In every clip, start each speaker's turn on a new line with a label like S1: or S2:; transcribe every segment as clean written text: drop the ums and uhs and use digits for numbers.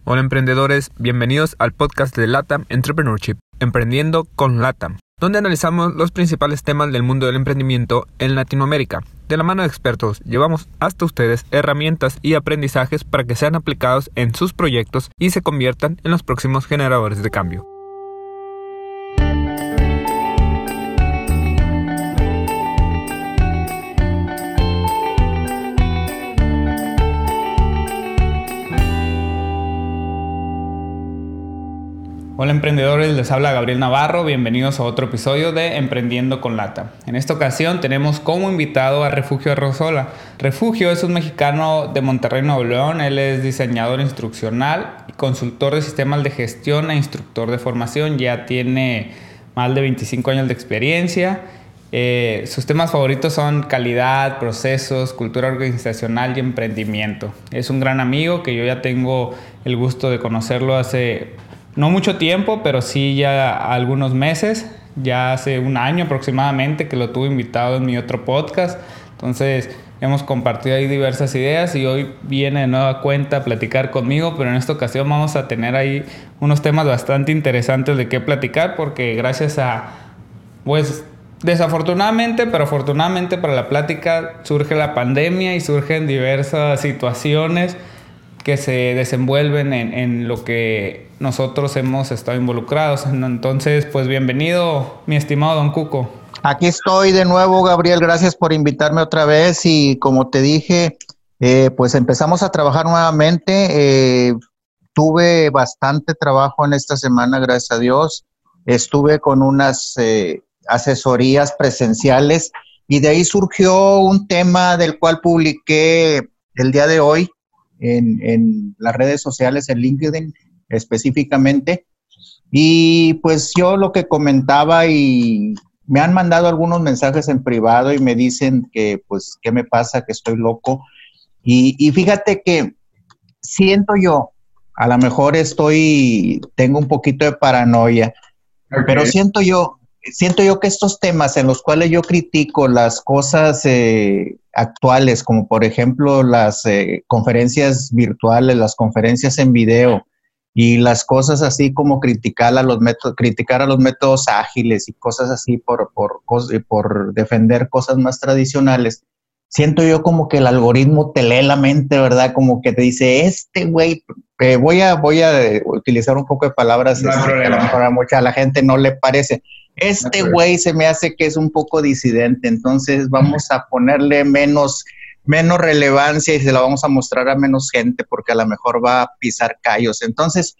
S1: Hola emprendedores, bienvenidos al podcast de LATAM Entrepreneurship, Emprendiendo con LATAM, donde analizamos los principales temas del mundo del emprendimiento en Latinoamérica. De la mano de expertos, llevamos hasta ustedes herramientas y aprendizajes para que sean aplicados en sus proyectos y se conviertan en los próximos generadores de cambio. Hola emprendedores, les habla Gabriel Navarro, bienvenidos a otro episodio de Emprendiendo con LATAM. En esta ocasión tenemos como invitado a Refugio Arrozola. Refugio es un mexicano de Monterrey, Nuevo León. Él es diseñador instruccional y consultor de sistemas de gestión e instructor de formación. Ya tiene más de 25 años de experiencia. Sus temas favoritos son calidad, procesos, cultura organizacional y emprendimiento. Es un gran amigo que yo ya tengo el gusto de conocerlo hace no mucho tiempo, pero sí ya algunos meses, ya hace un año aproximadamente que lo tuve invitado en mi otro podcast. Entonces hemos compartido ahí diversas ideas y hoy viene de nueva cuenta a platicar conmigo, pero en esta ocasión vamos a tener ahí unos temas bastante interesantes de qué platicar, porque gracias a, pues desafortunadamente, pero afortunadamente para la plática, surge la pandemia y surgen diversas situaciones que se desenvuelven en lo que nosotros hemos estado involucrados. Entonces, pues bienvenido, mi estimado Don Cuco.
S2: Aquí estoy de nuevo, Gabriel, gracias por invitarme otra vez y como te dije, pues empezamos a trabajar nuevamente. Tuve bastante trabajo en esta semana, gracias a Dios. Estuve con unas asesorías presenciales y de ahí surgió un tema del cual publiqué el día de hoy en las redes sociales, en LinkedIn específicamente, y pues yo lo que comentaba, y me han mandado algunos mensajes en privado y me dicen que pues qué me pasa, que estoy loco, y fíjate que siento yo, a lo mejor tengo un poquito de paranoia, okay, pero siento yo que estos temas en los cuales yo critico las cosas actuales, como por ejemplo las conferencias virtuales, las conferencias en video y las cosas así como criticar a los métodos ágiles y cosas así por defender cosas más tradicionales, siento yo como que el algoritmo te lee la mente, ¿verdad? Como que te dice, este güey, voy a utilizar un poco de palabras que a lo mejor a la gente no le parece. Este güey se me hace que es un poco disidente, entonces vamos a ponerle menos relevancia y se la vamos a mostrar a menos gente porque a lo mejor va a pisar callos. Entonces,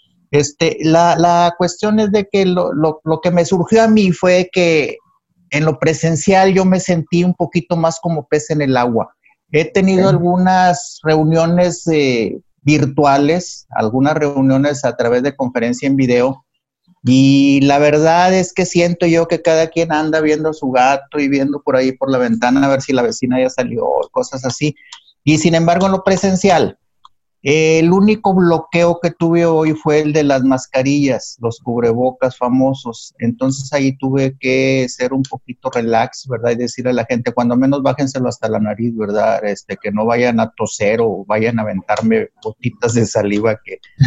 S2: la cuestión es de que lo que me surgió a mí fue que en lo presencial yo me sentí un poquito más como pez en el agua. He tenido algunas reuniones virtuales, algunas reuniones a través de conferencia en video, y la verdad es que siento yo que cada quien anda viendo a su gato y viendo por ahí por la ventana a ver si la vecina ya salió, cosas así. Y sin embargo, en lo presencial, el único bloqueo que tuve hoy fue el de las mascarillas, los cubrebocas famosos. Entonces ahí tuve que ser un poquito relax, ¿verdad? Y decirle a la gente, cuando menos bájenselo hasta la nariz, ¿verdad? Que no vayan a toser o vayan a aventarme gotitas de saliva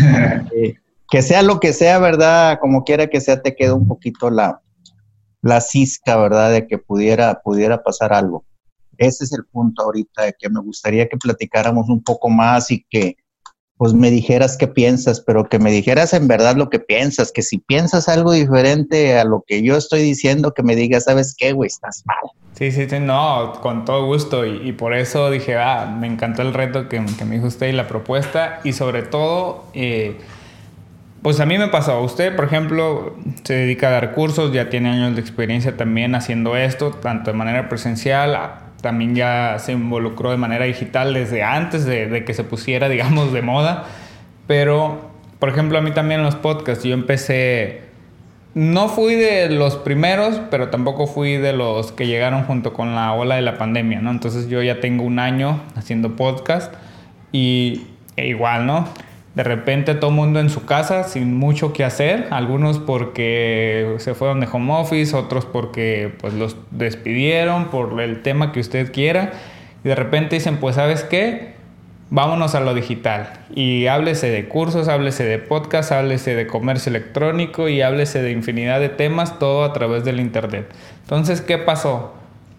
S2: que sea lo que sea, ¿verdad? Como quiera que sea, te queda un poquito la cisca, ¿verdad? De que pudiera pasar algo. Ese es el punto ahorita, de que me gustaría que platicáramos un poco más y que pues me dijeras qué piensas, pero que me dijeras en verdad lo que piensas, que si piensas algo diferente a lo que yo estoy diciendo, que me digas, ¿sabes qué, güey? Estás mal.
S1: Sí, no, con todo gusto, y por eso dije, me encantó el reto que me dijo usted y la propuesta, y sobre todo, pues a mí me pasó. Usted, por ejemplo, se dedica a dar cursos, ya tiene años de experiencia también haciendo esto, tanto de manera presencial, también ya se involucró de manera digital desde antes de que se pusiera, digamos, de moda. Pero, por ejemplo, a mí también en los podcasts, yo empecé, no fui de los primeros, pero tampoco fui de los que llegaron junto con la ola de la pandemia, ¿no? Entonces yo ya tengo un año haciendo podcast e igual, ¿no? De repente todo el mundo en su casa sin mucho que hacer, algunos porque se fueron de home office, otros porque pues los despidieron por el tema que usted quiera, y de repente dicen, pues ¿sabes qué? vámonos a lo digital. Y háblese de cursos, háblese de podcast, háblese de comercio electrónico y háblese de infinidad de temas, todo a través del internet. Entonces, ¿qué pasó?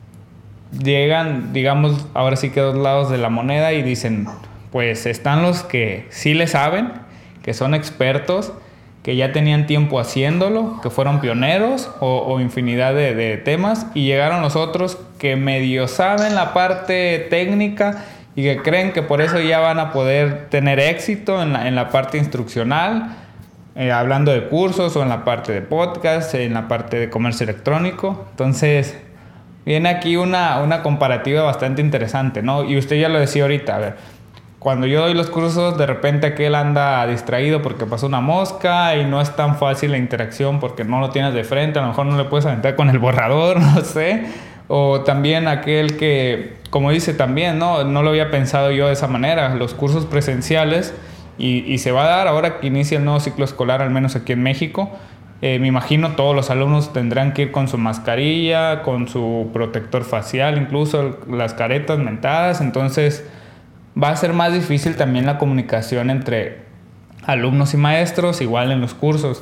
S1: Llegan, digamos, ahora sí que dos lados de la moneda y dicen, pues están los que sí le saben, que son expertos, que ya tenían tiempo haciéndolo, que fueron pioneros o infinidad de temas, y llegaron los otros que medio saben la parte técnica y que creen que por eso ya van a poder tener éxito en la parte instruccional, hablando de cursos o en la parte de podcast, en la parte de comercio electrónico. Entonces viene aquí una comparativa bastante interesante, ¿no? Y usted ya lo decía ahorita, a ver, cuando yo doy los cursos, de repente aquel anda distraído porque pasó una mosca y no es tan fácil la interacción porque no lo tienes de frente, a lo mejor no le puedes aventar con el borrador, no sé. O también aquel que, como dice también, no lo había pensado yo de esa manera, los cursos presenciales, y se va a dar ahora que inicia el nuevo ciclo escolar, al menos aquí en México. Me imagino todos los alumnos tendrán que ir con su mascarilla, con su protector facial, incluso las caretas mentadas. Entonces va a ser más difícil también la comunicación entre alumnos y maestros, igual en los cursos.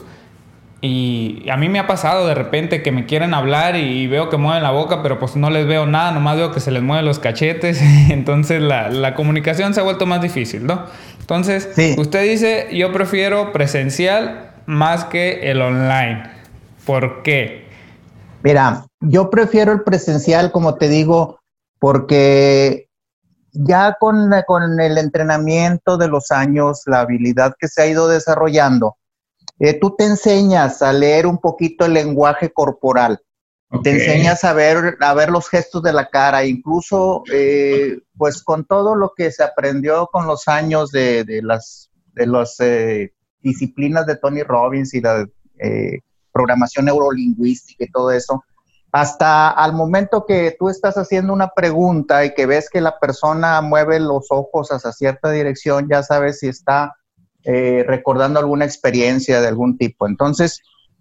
S1: Y a mí me ha pasado de repente que me quieren hablar y veo que mueven la boca, pero pues no les veo nada, nomás veo que se les mueven los cachetes. Entonces la comunicación se ha vuelto más difícil, ¿no? Entonces, sí. Usted dice, yo prefiero presencial más que el online. ¿Por qué?
S2: Mira, yo prefiero el presencial, como te digo, porque ya con el entrenamiento de los años, la habilidad que se ha ido desarrollando, tú te enseñas a leer un poquito el lenguaje corporal, te enseñas a ver los gestos de la cara, incluso pues con todo lo que se aprendió con los años de las disciplinas de Tony Robbins y la programación neurolingüística y todo eso, hasta al momento que tú estás haciendo una pregunta y que ves que la persona mueve los ojos hacia cierta dirección, ya sabes si está recordando alguna experiencia de algún tipo. Entonces,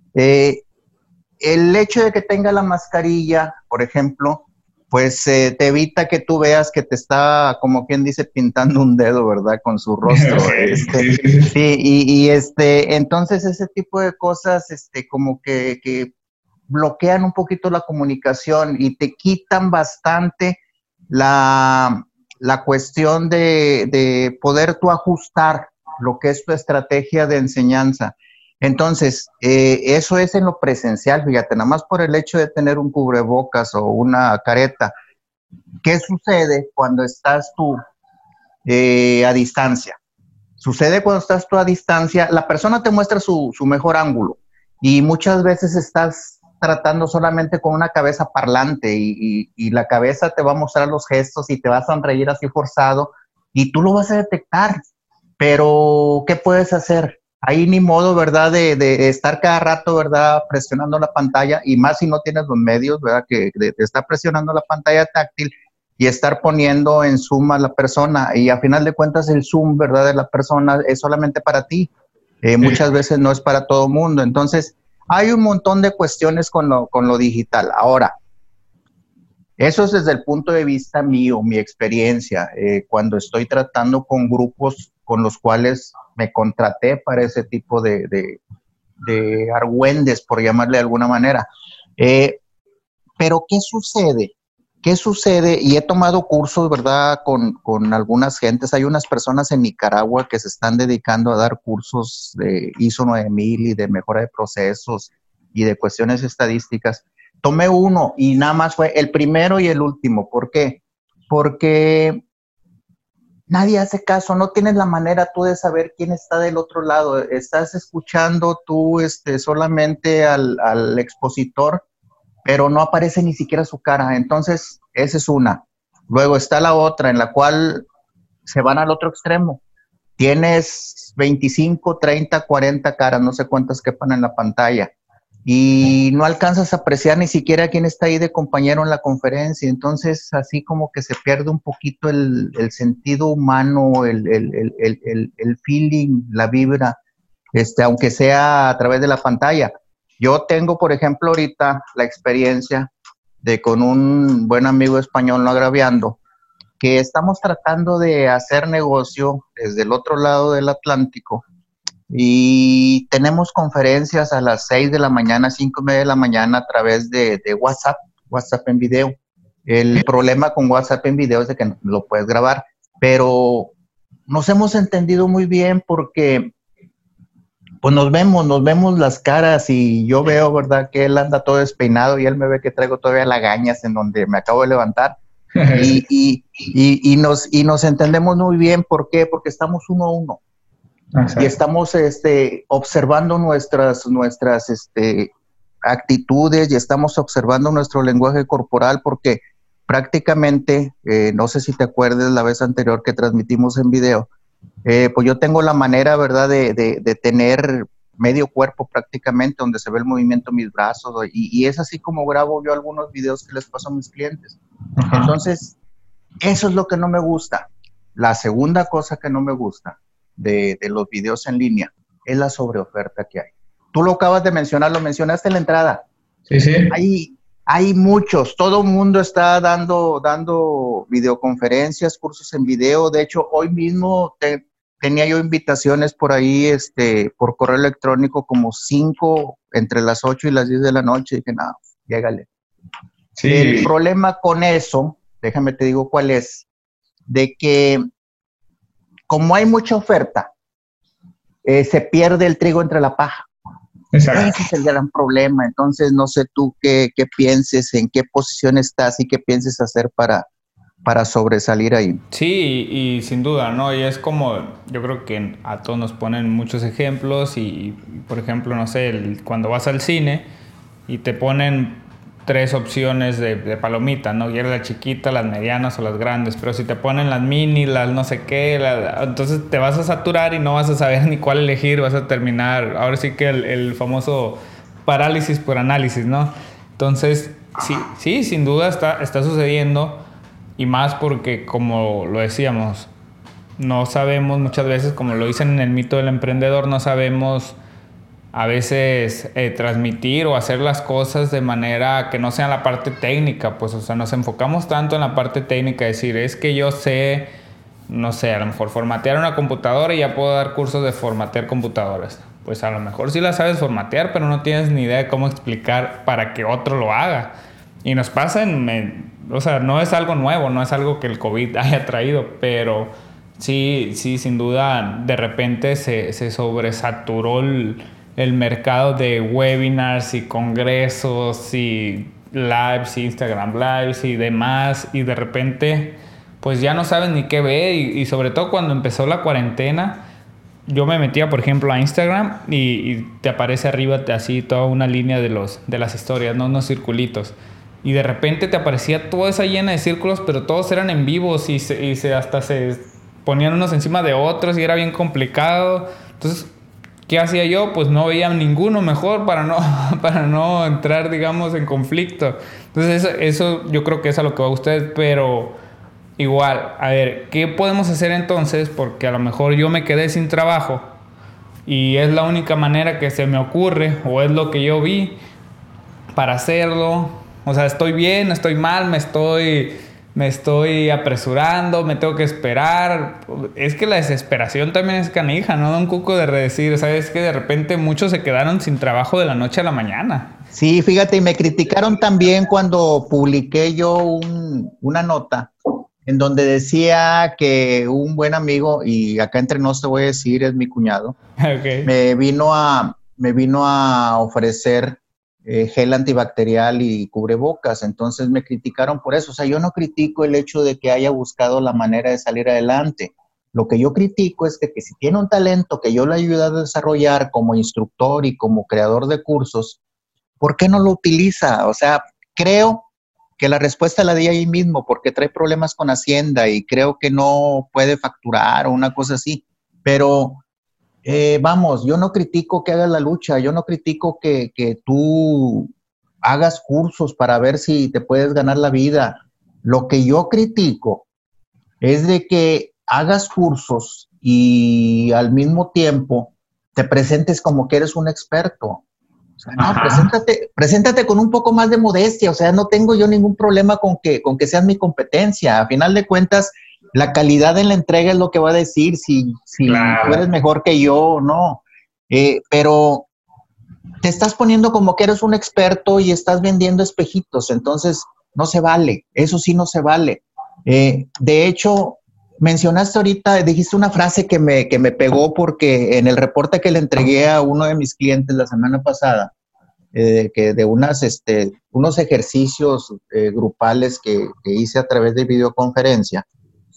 S2: el hecho de que tenga la mascarilla, por ejemplo, pues te evita que tú veas que te está, como quien dice, pintando un dedo, ¿verdad? Con su rostro. Sí, entonces ese tipo de cosas, como que bloquean un poquito la comunicación y te quitan bastante la cuestión de poder tú ajustar lo que es tu estrategia de enseñanza. Entonces, eso es en lo presencial, fíjate, nada más por el hecho de tener un cubrebocas o una careta. ¿Qué sucede cuando estás tú a distancia? Sucede cuando estás tú a distancia, la persona te muestra su mejor ángulo y muchas veces estás tratando solamente con una cabeza parlante y la cabeza te va a mostrar los gestos y te va a sonreír así forzado y tú lo vas a detectar. Pero, ¿qué puedes hacer? Ahí ni modo, ¿verdad? De estar cada rato, ¿verdad? Presionando la pantalla, y más si no tienes los medios, ¿verdad? Que de estar presionando la pantalla táctil y estar poniendo en zoom a la persona. Y a final de cuentas el zoom, ¿verdad? De la persona es solamente para ti. Muchas veces no es para todo mundo. Entonces, hay un montón de cuestiones con lo digital. Ahora, eso es desde el punto de vista mío, mi experiencia, cuando estoy tratando con grupos con los cuales me contraté para ese tipo de argüendes, por llamarle de alguna manera. Pero, ¿qué sucede? ¿Qué sucede? Y he tomado cursos, ¿verdad?, con algunas gentes. Hay unas personas en Nicaragua que se están dedicando a dar cursos de ISO 9000 y de mejora de procesos y de cuestiones estadísticas. Tomé uno y nada más fue el primero y el último. ¿Por qué? Porque nadie hace caso, no tienes la manera tú de saber quién está del otro lado. Estás escuchando tú solamente al expositor, pero no aparece ni siquiera su cara. Entonces, esa es una. Luego está la otra, en la cual se van al otro extremo. Tienes 25, 30, 40 caras, no sé cuántas quepan en la pantalla, y no alcanzas a apreciar ni siquiera quién está ahí de compañero en la conferencia. Entonces, así como que se pierde un poquito el sentido humano, el feeling, la vibra, aunque sea a través de la pantalla. Yo tengo, por ejemplo, ahorita la experiencia de con un buen amigo español, no agraviando, que estamos tratando de hacer negocio desde el otro lado del Atlántico y tenemos conferencias a las 6 de la mañana, 5:30 de la mañana a través de WhatsApp en video. El problema con WhatsApp en video es de que no lo puedes grabar, pero nos hemos entendido muy bien porque pues nos vemos las caras y yo veo, ¿verdad? Que él anda todo despeinado y él me ve que traigo todavía lagañas en donde me acabo de levantar. Y nos entendemos muy bien. ¿Por qué? Porque estamos uno a uno. Exacto. Y estamos observando nuestras actitudes y estamos observando nuestro lenguaje corporal porque prácticamente, no sé si te acuerdas la vez anterior que transmitimos en video, pues yo tengo la manera, ¿verdad?, de tener medio cuerpo prácticamente, donde se ve el movimiento de mis brazos, y es así como grabo yo algunos videos que les paso a mis clientes. Ajá. Entonces, eso es lo que no me gusta. La segunda cosa que no me gusta de los videos en línea es la sobreoferta que hay. Tú lo acabas de mencionar, lo mencionaste en la entrada.
S3: Sí, sí.
S2: Hay muchos, todo el mundo está dando videoconferencias, cursos en video. De hecho, hoy mismo tenía yo invitaciones por ahí, por correo electrónico, como 5 entre las 8 y las 10 de la noche. Y dije, no, llégale. Sí. El problema con eso, déjame te digo cuál es, de que como hay mucha oferta, se pierde el trigo entre la paja. Exacto. Ese es el gran problema. Entonces, no sé tú qué pienses, en qué posición estás y qué pienses hacer para sobresalir ahí.
S1: Sí, y sin duda, ¿no? Y es como, yo creo que a todos nos ponen muchos ejemplos y por ejemplo, no sé, cuando vas al cine y te ponen 3 opciones de palomitas, ¿no? Quieres las chiquitas, las medianas o las grandes, pero si te ponen las mini, las no sé qué, entonces te vas a saturar y no vas a saber ni cuál elegir, vas a terminar, ahora sí que el famoso parálisis por análisis, ¿no? Entonces, sí, sin duda está sucediendo, y más porque, como lo decíamos, no sabemos muchas veces, como lo dicen en el mito del emprendedor, no sabemos a veces transmitir o hacer las cosas de manera que no sea la parte técnica, pues, o sea, nos enfocamos tanto en la parte técnica, decir, es que yo sé, no sé, a lo mejor formatear una computadora y ya puedo dar cursos de formatear computadoras. Pues a lo mejor sí la sabes formatear, pero no tienes ni idea de cómo explicar para que otro lo haga. Y nos pasa o sea, no es algo nuevo, no es algo que el COVID haya traído, pero sí, sin duda, de repente se sobresaturó el mercado de webinars y congresos y lives y Instagram lives y demás, y de repente pues ya no sabes ni qué ver, y sobre todo cuando empezó la cuarentena, yo me metía por ejemplo a Instagram y te aparece arriba así toda una línea de las historias, ¿no? Unos circulitos, y de repente te aparecía toda esa llena de círculos, pero todos eran en vivos y hasta se ponían unos encima de otros y era bien complicado. Entonces, ¿qué hacía yo? Pues no veía ninguno mejor para no entrar, digamos, en conflicto. Entonces eso yo creo que es a lo que va usted, pero igual, a ver, ¿qué podemos hacer entonces? Porque a lo mejor yo me quedé sin trabajo y es la única manera que se me ocurre, o es lo que yo vi para hacerlo. O sea, estoy bien, estoy mal, me estoy apresurando, me tengo que esperar. Es que la desesperación también es canija, ¿no? Da un cuco de redecir, ¿sabes? Que de repente muchos se quedaron sin trabajo de la noche a la mañana.
S2: Sí, fíjate, y me criticaron también cuando publiqué yo una nota en donde decía que un buen amigo, y acá entre nos te voy a decir, es mi cuñado, okay, me vino a ofrecer gel antibacterial y cubrebocas. Entonces me criticaron por eso. O sea, yo no critico el hecho de que haya buscado la manera de salir adelante. Lo que yo critico es que si tiene un talento que yo le ayude a desarrollar como instructor y como creador de cursos, ¿por qué no lo utiliza? O sea, creo que la respuesta la di ahí mismo, porque trae problemas con Hacienda y creo que no puede facturar o una cosa así. Pero vamos, yo no critico que hagas la lucha, yo no critico que tú hagas cursos para ver si te puedes ganar la vida. Lo que yo critico es de que hagas cursos y al mismo tiempo te presentes como que eres un experto. O sea, no, preséntate con un poco más de modestia. O sea, no tengo yo ningún problema con que seas mi competencia. A final de cuentas, la calidad en la entrega es lo que va a decir si
S1: Claro.
S2: tú eres mejor que yo o no. Pero te estás poniendo como que eres un experto y estás vendiendo espejitos. Entonces, no se vale. Eso sí no se vale. De hecho, mencionaste ahorita, dijiste una frase que me pegó porque en el reporte que le entregué a uno de mis clientes la semana pasada, que de unos ejercicios grupales que hice a través de videoconferencia,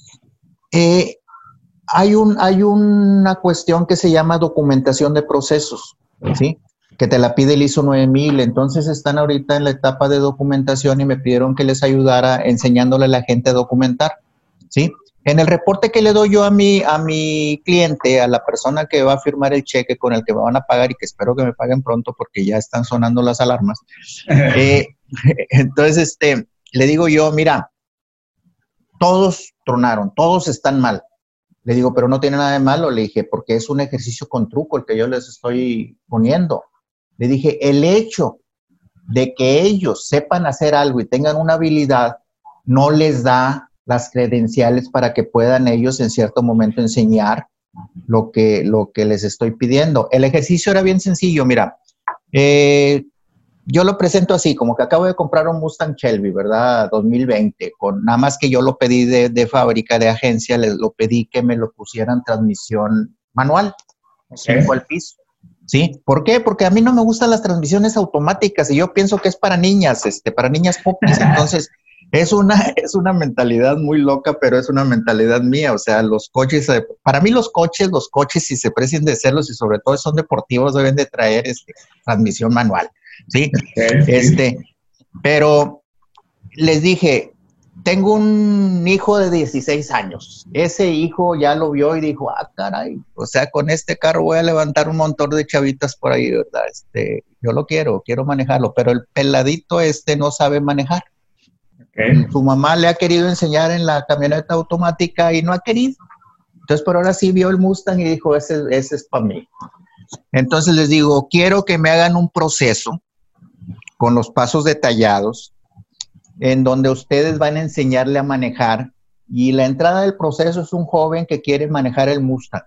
S2: hay una cuestión que se llama documentación de procesos, ¿sí? Que te la pide el ISO 9000. Entonces están ahorita en la etapa de documentación y me pidieron que les ayudara enseñándole a la gente a documentar, ¿sí? En el reporte que le doy yo a mi cliente, a la persona que va a firmar el cheque con el que me van a pagar y que espero que me paguen pronto porque ya están sonando las alarmas, entonces le digo yo, mira, todos tronaron, todos están mal. Le digo, pero no tiene nada de malo, le dije, porque es un ejercicio con truco el que yo les estoy poniendo. Le dije, el hecho de que ellos sepan hacer algo y tengan una habilidad no les da las credenciales para que puedan ellos en cierto momento enseñar lo que les estoy pidiendo. El ejercicio era bien sencillo, mira, yo lo presento así, como que acabo de comprar un Mustang Shelby, ¿verdad? 2020, nada más que yo lo pedí de fábrica, de agencia, les lo pedí que me lo pusieran transmisión manual, 5 al piso. ¿Sí? ¿Por qué? Porque a mí no me gustan las transmisiones automáticas y yo pienso que es para niñas popis. Entonces, es una mentalidad muy loca, pero es una mentalidad mía. O sea, los coches, para mí los coches, si se precian de serlos y sobre todo son deportivos, deben de traer transmisión manual. ¿Sí? Pero les dije, tengo un hijo de 16 años. Ese hijo ya lo vio y dijo, caray, o sea, con este carro voy a levantar un montón de chavitas por ahí, ¿verdad? Yo lo quiero manejarlo, pero el peladito no sabe manejar. Okay. Su mamá le ha querido enseñar en la camioneta automática y no ha querido. Entonces, por ahora sí vio el Mustang y dijo, ese es para mí. Entonces les digo, quiero que me hagan un proceso con los pasos detallados, en donde ustedes van a enseñarle a manejar, y la entrada del proceso es un joven que quiere manejar el Mustang.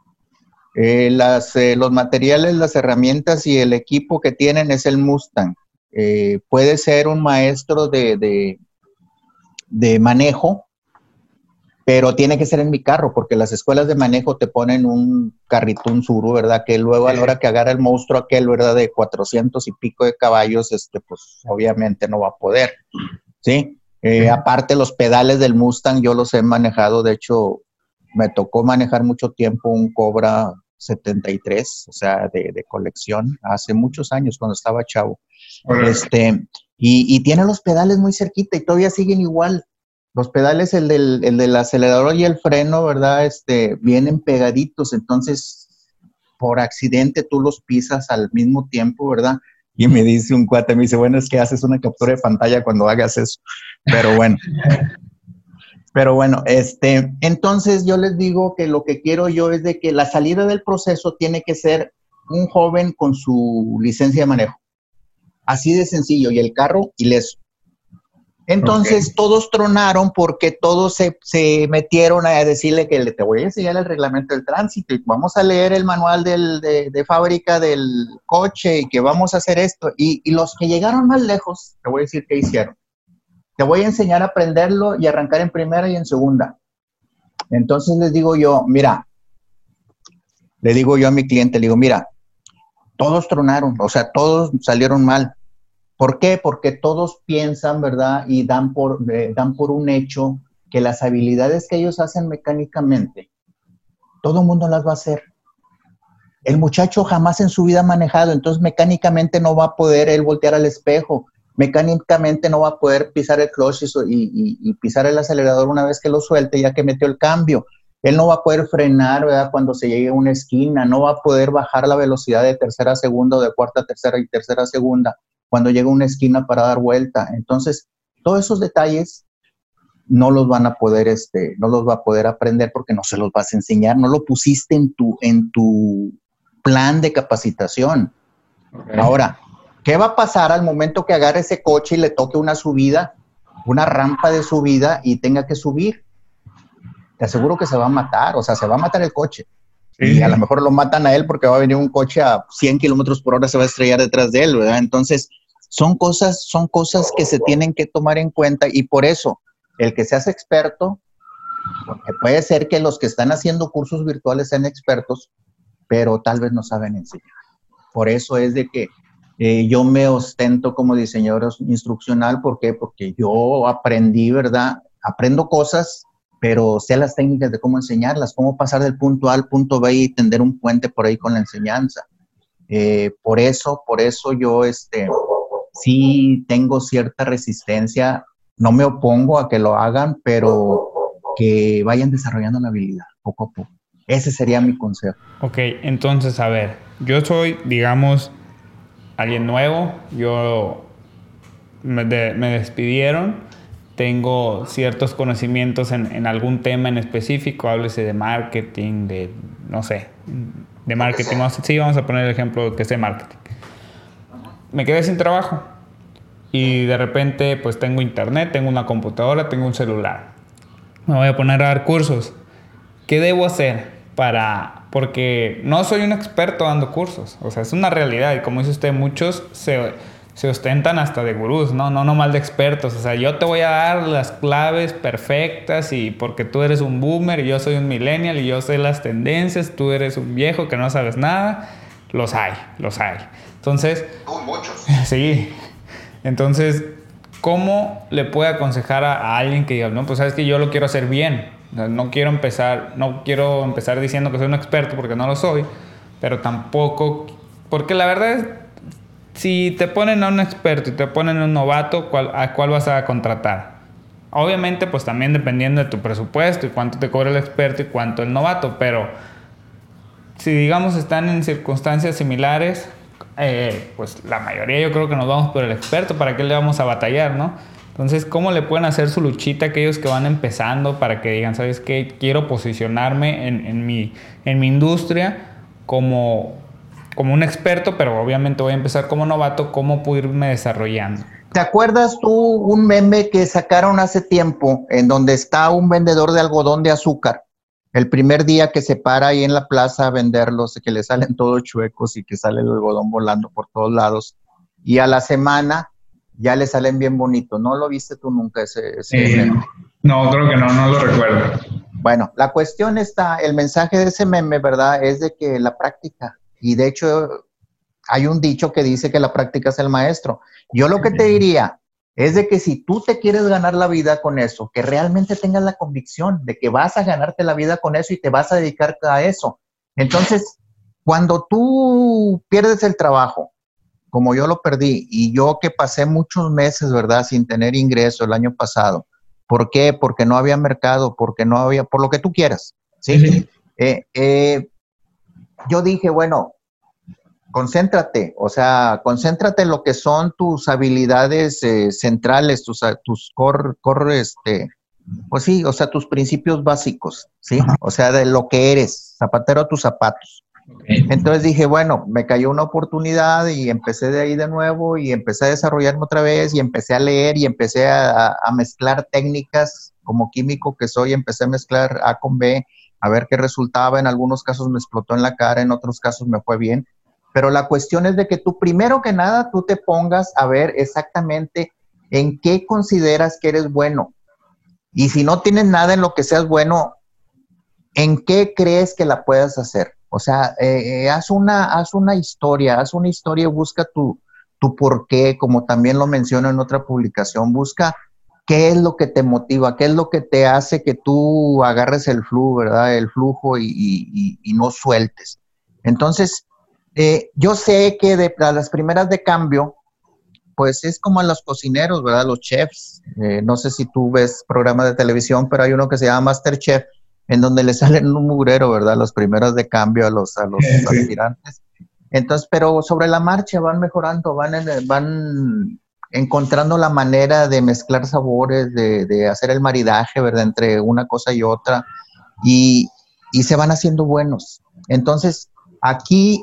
S2: Los materiales, las herramientas y el equipo que tienen es el Mustang. Puede ser un maestro de manejo, pero tiene que ser en mi carro, porque las escuelas de manejo te ponen un carrito, un Suru, ¿verdad? Que luego a la hora que agarra el monstruo aquel, ¿verdad? De 400 y pico de caballos, pues obviamente no va a poder, ¿sí? Aparte los pedales del Mustang yo los he manejado, de hecho me tocó manejar mucho tiempo un Cobra 73, o sea, de colección, hace muchos años cuando estaba chavo. Y tiene los pedales muy cerquita y todavía siguen igual. Los pedales, el del acelerador y el freno, ¿verdad? Vienen pegaditos, entonces por accidente tú los pisas al mismo tiempo, ¿verdad? Y me dice un cuate, me dice, bueno, es que haces una captura de pantalla cuando hagas eso. Pero bueno. Entonces yo les digo que lo que quiero yo es de que la salida del proceso tiene que ser un joven con su licencia de manejo. Así de sencillo, y el carro ileso. Entonces todos tronaron porque todos se metieron a decirle que te voy a enseñar el reglamento del tránsito y vamos a leer el manual de fábrica del coche y que vamos a hacer esto. Y los que llegaron más lejos, te voy a decir qué hicieron. Te voy a enseñar a aprenderlo y arrancar en primera y en segunda. Entonces les digo yo, mira, le digo yo a mi cliente, le digo, mira, todos tronaron, o sea, todos salieron mal. ¿Por qué? Porque todos piensan, ¿verdad? Y dan por un hecho que las habilidades que ellos hacen mecánicamente, todo el mundo las va a hacer. El muchacho jamás en su vida ha manejado, entonces mecánicamente no va a poder él voltear al espejo, mecánicamente no va a poder pisar el clutch y pisar el acelerador una vez que lo suelte, ya que metió el cambio. Él no va a poder frenar, ¿verdad? Cuando se llegue a una esquina, no va a poder bajar la velocidad de tercera a segunda o de cuarta a tercera y tercera a segunda cuando llega a una esquina para dar vuelta. Entonces, todos esos detalles no los van a poder, no los va a poder aprender porque no se los vas a enseñar, no lo pusiste en tu plan de capacitación.
S1: Okay.
S2: Ahora, ¿qué va a pasar al momento que agarre ese coche y le toque una subida, una rampa de subida y tenga que subir? Te aseguro que se va a matar, o sea, se va a matar el coche. Y a lo mejor lo matan a él porque va a venir un coche a 100 kilómetros por hora, se va a estrellar detrás de él, ¿verdad? Entonces, son cosas que se tienen que tomar en cuenta y por eso, el que seas experto, porque puede ser que los que están haciendo cursos virtuales sean expertos, pero tal vez no saben enseñar. Por eso es de que yo me ostento como diseñador instruccional. ¿Por qué? Porque yo aprendí, ¿verdad? Aprendo cosas, pero sé las técnicas de cómo enseñarlas, cómo pasar del punto A al punto B y tender un puente por ahí con la enseñanza. Por eso yo sí tengo cierta resistencia, no me opongo a que lo hagan, pero que vayan desarrollando la habilidad poco a poco. Ese sería mi consejo.
S1: Ok, entonces, a ver, yo soy, digamos, alguien nuevo, me despidieron, tengo ciertos conocimientos en algún tema en específico, háblese de marketing, de, no sé, de marketing, sí, vamos a poner el ejemplo que es de marketing. Me quedé sin trabajo y de repente pues tengo internet, tengo una computadora, tengo un celular. Me voy a poner a dar cursos. ¿Qué debo hacer porque no soy un experto dando cursos? O sea, es una realidad y como dice usted, muchos se ostentan hasta de gurús, no mal de expertos. O sea, yo te voy a dar las claves perfectas y porque tú eres un boomer y yo soy un millennial y yo sé las tendencias, tú eres un viejo que no sabes nada. Los hay. Entonces,
S2: muchos.
S1: Sí. Entonces, ¿cómo le puede aconsejar a alguien que diga, no, pues sabes que yo lo quiero hacer bien? No quiero empezar diciendo que soy un experto porque no lo soy, pero tampoco, porque la verdad es, si te ponen a un experto y te ponen a un novato, ¿a cuál vas a contratar? Obviamente, pues también dependiendo de tu presupuesto y cuánto te cobra el experto y cuánto el novato, pero si digamos están en circunstancias similares, pues la mayoría yo creo que nos vamos por el experto. ¿Para qué le vamos a batallar, no? Entonces, ¿cómo le pueden hacer su luchita a aquellos que van empezando para que digan, ¿sabes qué? Quiero posicionarme en mi industria como un experto, pero obviamente voy a empezar como novato, ¿cómo puedo irme desarrollando?
S2: ¿Te acuerdas tú un meme que sacaron hace tiempo en donde está un vendedor de algodón de azúcar? El primer día que se para ahí en la plaza a venderlos, que le salen todos chuecos y que sale el algodón volando por todos lados. Y a la semana ya le salen bien bonitos. ¿No lo viste tú nunca ese meme?
S1: No, creo que no lo recuerdo.
S2: Bueno, la cuestión está, el mensaje de ese meme, ¿verdad? Es de que la práctica, y de hecho hay un dicho que dice que la práctica es el maestro. Yo lo que te diría es de que si tú te quieres ganar la vida con eso, que realmente tengas la convicción de que vas a ganarte la vida con eso y te vas a dedicar a eso. Entonces, cuando tú pierdes el trabajo, como yo lo perdí, y yo que pasé muchos meses, ¿verdad?, sin tener ingreso el año pasado. ¿Por qué? Porque no había mercado, porque no había, por lo que tú quieras, ¿sí? Sí. Yo dije, bueno, concéntrate, o sea, concéntrate en lo que son tus habilidades centrales, tus pues sí, o sea, tus principios básicos, ¿sí? O sea, de lo que eres, zapatero a tus zapatos. Okay. Entonces dije, bueno, me cayó una oportunidad y empecé de ahí de nuevo y empecé a desarrollarme otra vez y empecé a leer y empecé a mezclar técnicas como químico que soy, empecé a mezclar A con B, a ver qué resultaba. En algunos casos me explotó en la cara, en otros casos me fue bien. Pero la cuestión es de que tú, primero que nada, tú te pongas a ver exactamente en qué consideras que eres bueno. Y si no tienes nada en lo que seas bueno, ¿en qué crees que la puedas hacer? O sea, haz una historia y busca tu por qué, como también lo menciono en otra publicación, busca qué es lo que te motiva, qué es lo que te hace que tú agarres el flujo, ¿verdad? El flujo y no sueltes. Entonces, yo sé que a las primeras de cambio, pues es como a los cocineros, ¿verdad? Los chefs. No sé si tú ves programas de televisión, pero hay uno que se llama MasterChef, en donde le salen un mugrero, ¿verdad? Los primeros de cambio a los aspirantes. Entonces, pero sobre la marcha van mejorando, van encontrando la manera de mezclar sabores, de hacer el maridaje, ¿verdad? Entre una cosa y otra, y se van haciendo buenos. Entonces, aquí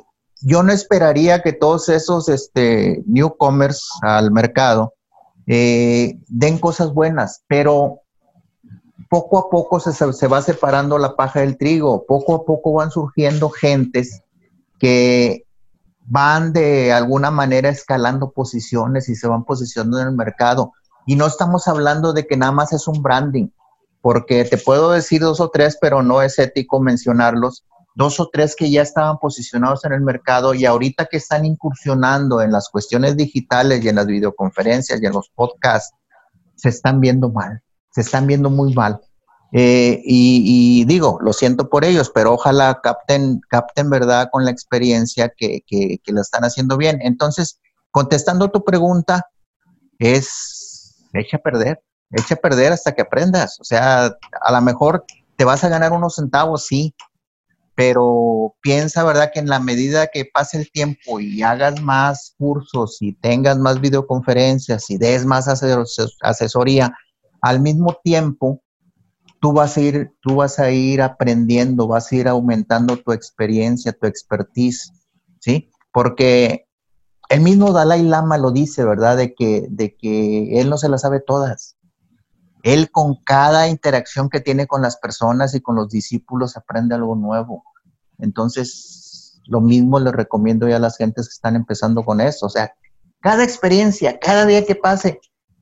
S2: yo no esperaría que todos esos newcomers al mercado den cosas buenas, pero poco a poco se va separando la paja del trigo, poco a poco van surgiendo gentes que van de alguna manera escalando posiciones y se van posicionando en el mercado. Y no estamos hablando de que nada más es un branding, porque te puedo decir 2 o 3, pero no es ético mencionarlos, 2 o 3 que ya estaban posicionados en el mercado y ahorita que están incursionando en las cuestiones digitales y en las videoconferencias y en los podcasts, se están viendo mal, se están viendo muy mal. Y digo, lo siento por ellos, pero ojalá capten verdad con la experiencia que lo están haciendo bien. Entonces, contestando tu pregunta, es echa a perder hasta que aprendas. O sea, a lo mejor te vas a ganar unos centavos, sí, pero piensa, ¿verdad?, que en la medida que pase el tiempo y hagas más cursos y tengas más videoconferencias y des más asesoría, al mismo tiempo tú vas a ir aprendiendo, vas a ir aumentando tu experiencia, tu expertise, ¿sí? Porque el mismo Dalai Lama lo dice, ¿verdad?, de que él no se las sabe todas. Él con cada interacción que tiene con las personas y con los discípulos aprende algo nuevo. Entonces, lo mismo le recomiendo ya a las gentes que están empezando con esto. O sea, cada experiencia, cada día que pase,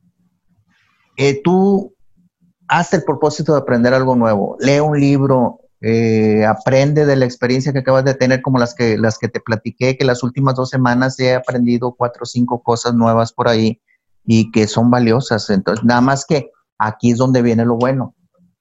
S2: tú haz el propósito de aprender algo nuevo. Lee un libro, aprende de la experiencia que acabas de tener, como las que te platiqué, que las últimas 2 semanas he aprendido 4 o 5 cosas nuevas por ahí y que son valiosas. Entonces, nada más que aquí es donde viene lo bueno,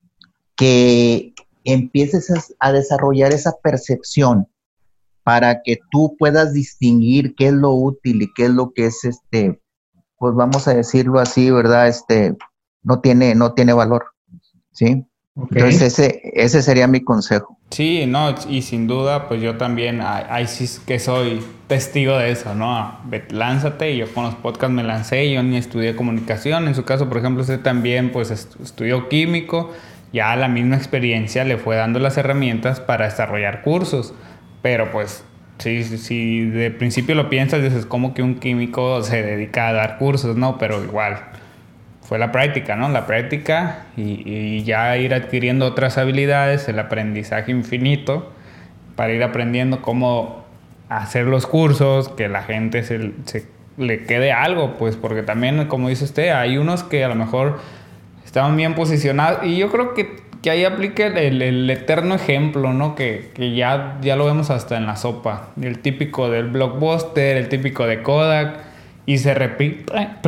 S2: que empieces a desarrollar esa percepción para que tú puedas distinguir qué es lo útil y qué es lo que es pues vamos a decirlo así, ¿verdad? No tiene valor, ¿sí? Okay. Entonces ese sería mi consejo.
S1: Sí, no, y sin duda, pues yo también, ahí sí que soy testigo de eso, ¿no? Lánzate, y yo con los podcasts me lancé, yo ni estudié comunicación, en su caso, por ejemplo, usted también, pues estudió químico, ya la misma experiencia le fue dando las herramientas para desarrollar cursos, pero pues, si de principio lo piensas, dices, como que un químico se dedica a dar cursos, ¿no? Pero igual fue la práctica, ¿no? La práctica y ya ir adquiriendo otras habilidades, el aprendizaje infinito para ir aprendiendo cómo hacer los cursos, que la gente se le quede algo, pues porque también, como dice usted, hay unos que a lo mejor estaban bien posicionados y yo creo que ahí aplica el eterno ejemplo, ¿no? Que ya lo vemos hasta en la sopa, el típico del Blockbuster, el típico de Kodak. Y se repite,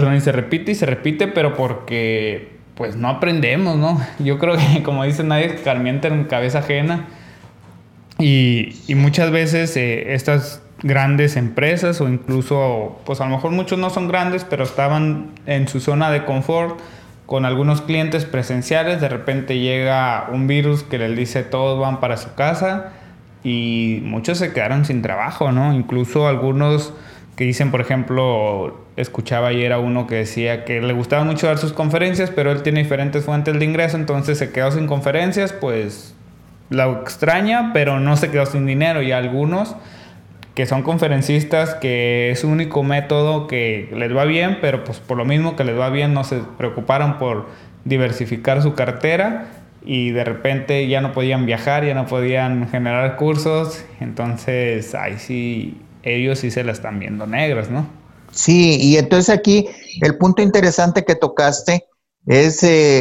S1: pero porque pues no aprendemos, ¿no? Yo creo que, como dicen, nadie escarmienta en cabeza ajena. Y muchas veces estas grandes empresas o incluso, pues a lo mejor muchos no son grandes, pero estaban en su zona de confort con algunos clientes presenciales. De repente llega un virus que les dice todos van para su casa y muchos se quedaron sin trabajo, ¿no? Incluso algunos que dicen, por ejemplo, escuchaba ayer a uno que decía que le gustaba mucho dar sus conferencias, pero él tiene diferentes fuentes de ingreso, entonces se quedó sin conferencias, pues lo extraña, pero no se quedó sin dinero. Y algunos que son conferencistas, que es su único método que les va bien, pero pues por lo mismo que les va bien no se preocuparon por diversificar su cartera y de repente ya no podían viajar, ya no podían generar cursos, entonces ahí sí ellos sí se la están viendo negras, ¿no?
S2: Sí, y entonces aquí el punto interesante que tocaste es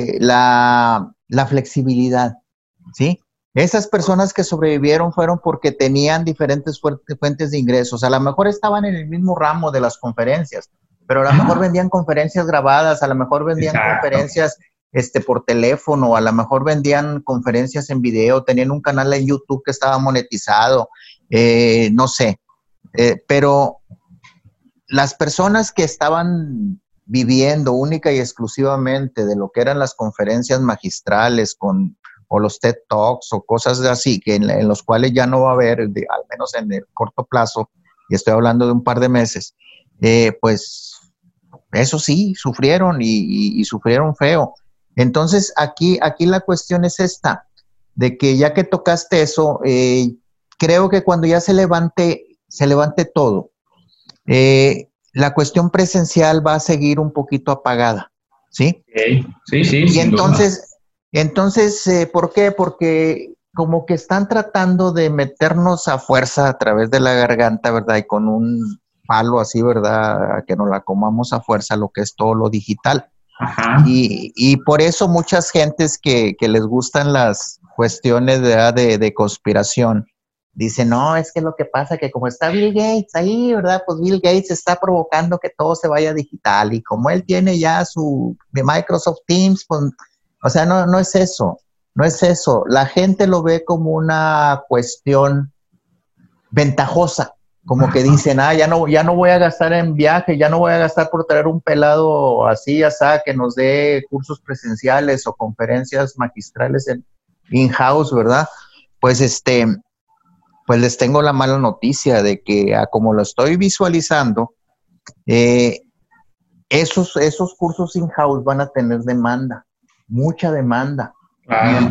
S2: la flexibilidad, ¿sí? Esas personas que sobrevivieron fueron porque tenían diferentes fuentes de ingresos. A lo mejor estaban en el mismo ramo de las conferencias, pero a lo mejor vendían conferencias grabadas, a lo mejor vendían conferencias por teléfono, a lo mejor vendían conferencias en video, tenían un canal en YouTube que estaba monetizado, no sé. Pero las personas que estaban viviendo única y exclusivamente de lo que eran las conferencias magistrales o los TED Talks o cosas así, que en los cuales ya no va a haber, al menos en el corto plazo, y estoy hablando de un par de meses, pues eso sí, sufrieron y sufrieron feo. Entonces, aquí la cuestión es esta, de que ya que tocaste eso, creo que cuando ya se levante se levante todo. La cuestión presencial va a seguir un poquito apagada, ¿sí?
S3: Okay. Sí,
S2: Y
S3: sin
S2: entonces, ¿por qué? Porque como que están tratando de meternos a fuerza a través de la garganta, ¿verdad? Y con un palo así, ¿verdad? A que nos la comamos a fuerza, lo que es todo lo digital.
S3: Ajá.
S2: Y por eso muchas gentes que les gustan las cuestiones de conspiración, dicen, no, es que lo que pasa es que como está Bill Gates ahí, ¿verdad? Pues Bill Gates está provocando que todo se vaya digital y como él tiene ya su de Microsoft Teams, pues, o sea, no es eso, no es eso. La gente lo ve como una cuestión ventajosa, como que dicen, ya no voy a gastar en viaje, ya no voy a gastar por traer un pelado así, ya sea que nos dé cursos presenciales o conferencias magistrales en in-house, ¿verdad? Pues pues les tengo la mala noticia de que como lo estoy visualizando, esos cursos in-house van a tener demanda, mucha demanda.
S3: Claro.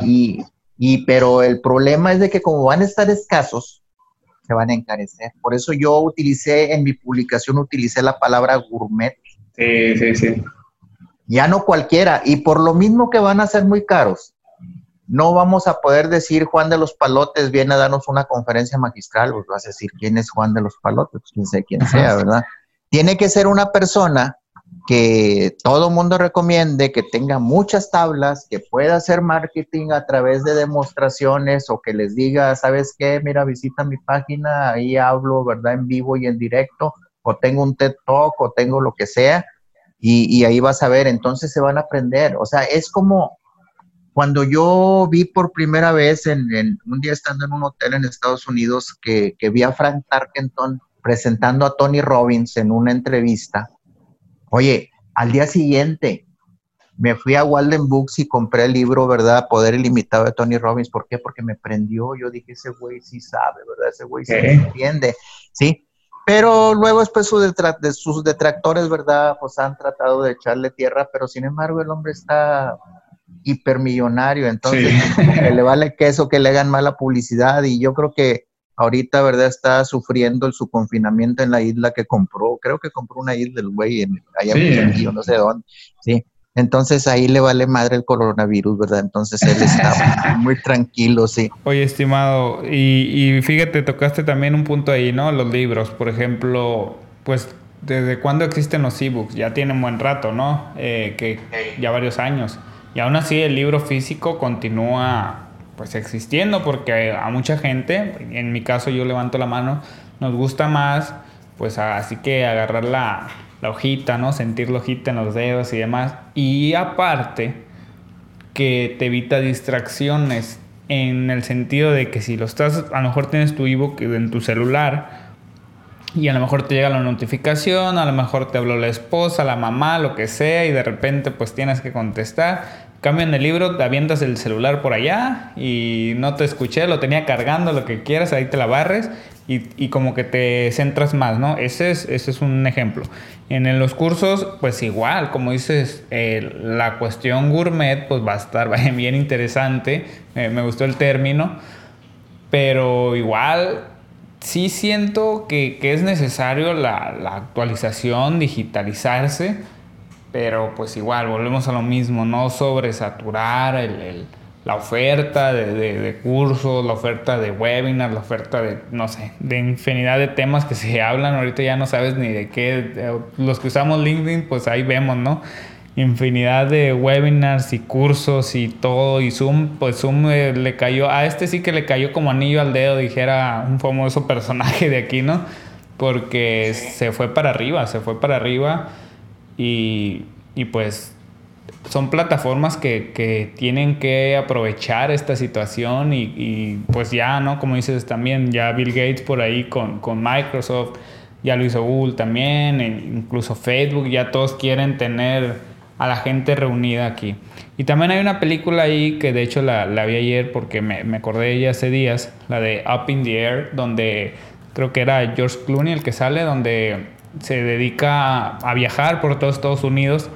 S2: Pero el problema es de que como van a estar escasos, se van a encarecer. Por eso yo en mi publicación utilicé la palabra gourmet.
S3: Sí.
S2: Ya no cualquiera. Y por lo mismo que van a ser muy caros, no vamos a poder decir Juan de los Palotes viene a darnos una conferencia magistral. Pues vas a decir, ¿quién es Juan de los Palotes? Pues quién sé quién sea, ¿verdad? Tiene que ser una persona que todo mundo recomiende, que tenga muchas tablas, que pueda hacer marketing a través de demostraciones o que les diga, ¿sabes qué? Mira, visita mi página, ahí hablo, ¿verdad? En vivo y en directo, o tengo un TED Talk, o tengo lo que sea, y ahí vas a ver, entonces se van a aprender. O sea, es como cuando yo vi por primera vez un día estando en un hotel en Estados Unidos que vi a Frank Tarkenton presentando a Tony Robbins en una entrevista. Oye, al día siguiente me fui a Walden Books y compré el libro, ¿verdad? Poder Ilimitado de Tony Robbins. ¿Por qué? Porque me prendió. Yo dije, ese güey sí sabe, ¿verdad? Ese güey sí entiende, ¿sí? Pero luego después sus detractores, ¿verdad? Pues han tratado de echarle tierra, pero sin embargo el hombre está hipermillonario, entonces como que le vale queso que le hagan mala publicidad y yo creo que ahorita, ¿verdad? Está sufriendo su confinamiento en la isla que compró. Creo que compró una isla el güey allá en Fiji, no sé dónde. Sí. Entonces ahí le vale madre el coronavirus, ¿verdad? Entonces él está muy tranquilo, sí.
S1: Oye, estimado, y fíjate, tocaste también un punto ahí, ¿no? Los libros, por ejemplo, pues, ¿desde cuándo existen los ebooks? Ya tienen buen rato, ¿no? Que ya varios años. Y aún así el libro físico continúa pues existiendo porque a mucha gente, en mi caso yo levanto la mano, nos gusta más, pues así que agarrar la hojita, ¿no? Sentir la hojita en los dedos y demás. Y aparte que te evita distracciones en el sentido de que si lo estás, a lo mejor tienes tu ebook en tu celular y a lo mejor te llega la notificación, a lo mejor te habló la esposa, la mamá, lo que sea, y de repente pues tienes que contestar. Cambio en el libro, te avientas el celular por allá y no te escuché, lo tenía cargando, lo que quieras, ahí te la barres y como que te centras más, ¿no? Ese es un ejemplo. En los cursos, pues igual, como dices, la cuestión gourmet pues va a estar bien interesante, me gustó el término, pero igual sí siento que es necesario la actualización, digitalizarse, pero pues igual volvemos a lo mismo, no sobresaturar la oferta de cursos, la oferta de webinars, la oferta de, no sé, de infinidad de temas que se hablan. Ahorita ya no sabes ni de qué. Los que usamos LinkedIn, pues ahí vemos, ¿no? Infinidad de webinars y cursos y todo. Y Zoom, pues Zoom le cayó, a este sí que le cayó como anillo al dedo, dijera un famoso personaje de aquí, ¿no? Porque se fue para arriba. Y pues son plataformas que tienen que aprovechar esta situación y pues ya, ¿no? Como dices también, ya Bill Gates por ahí con Microsoft, ya lo hizo Google también, incluso Facebook, ya todos quieren tener a la gente reunida aquí. Y también hay una película ahí que de hecho la vi ayer porque me acordé de ella hace días, la de Up in the Air, donde creo que era George Clooney el que sale, donde se dedica a viajar por todo Estados Unidos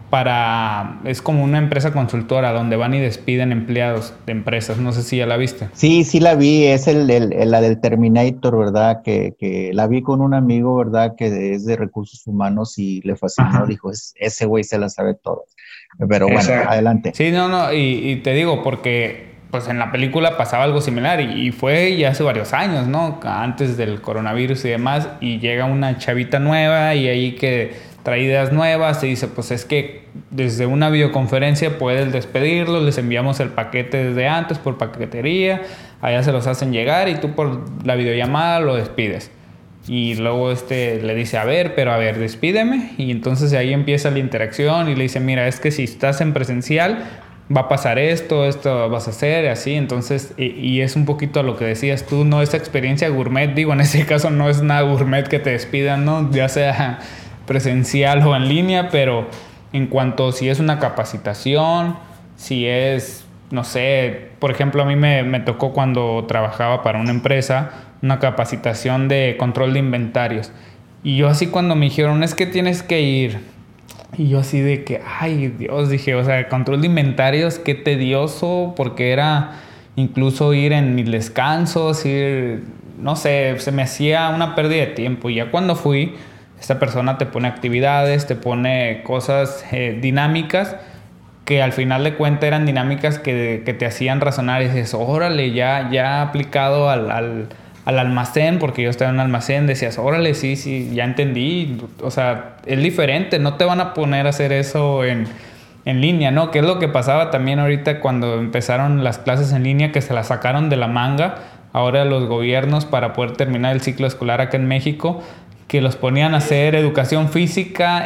S1: es como una empresa consultora donde van y despiden empleados de empresas. No sé si ya la viste.
S2: Sí, sí la vi, es la del Terminator, ¿verdad? Que la vi con un amigo, ¿verdad? Que es de recursos humanos y le fascinó,
S3: Ajá.
S2: dijo, ese güey se la sabe todas. Pero bueno,
S3: Exacto.
S2: adelante.
S1: Sí, no, no, y te digo, porque pues en la película pasaba algo similar y fue ya hace varios años, ¿no? Antes del coronavirus y demás, y llega una chavita nueva y ahí que trae ideas nuevas y dice, pues es que desde una videoconferencia puedes despedirlos, les enviamos el paquete desde antes por paquetería, allá se los hacen llegar y tú por la videollamada lo despides. Y luego le dice, pero a ver, despídeme. Y entonces ahí empieza la interacción y le dice, mira, es que si estás en presencial va a pasar esto vas a hacer, y así. Entonces, y es un poquito a lo que decías tú, ¿no? Esa experiencia gourmet, digo, en ese caso no es nada gourmet que te despidan, ¿no? Ya sea presencial o en línea, pero en cuanto si es una capacitación, si es, no sé, por ejemplo, a mí me tocó cuando trabajaba para una empresa, una capacitación de control de inventarios. Y yo así cuando me dijeron, es que tienes que ir. Y yo así de que, ay Dios, dije, o sea, control de inventarios, qué tedioso, porque era incluso ir en mis descansos, no sé, se me hacía una pérdida de tiempo. Y ya cuando fui, esta persona te pone actividades, te pone cosas dinámicas, que al final de cuentas eran dinámicas que te hacían razonar y dices, órale, ya aplicado al almacén, porque yo estaba en un almacén, decías, órale, sí, ya entendí. O sea, es diferente, no te van a poner a hacer eso en línea, ¿no? Que es lo que pasaba también ahorita cuando empezaron las clases en línea, que se las sacaron de la manga ahora los gobiernos para poder terminar el ciclo escolar acá en México, que los ponían a hacer educación física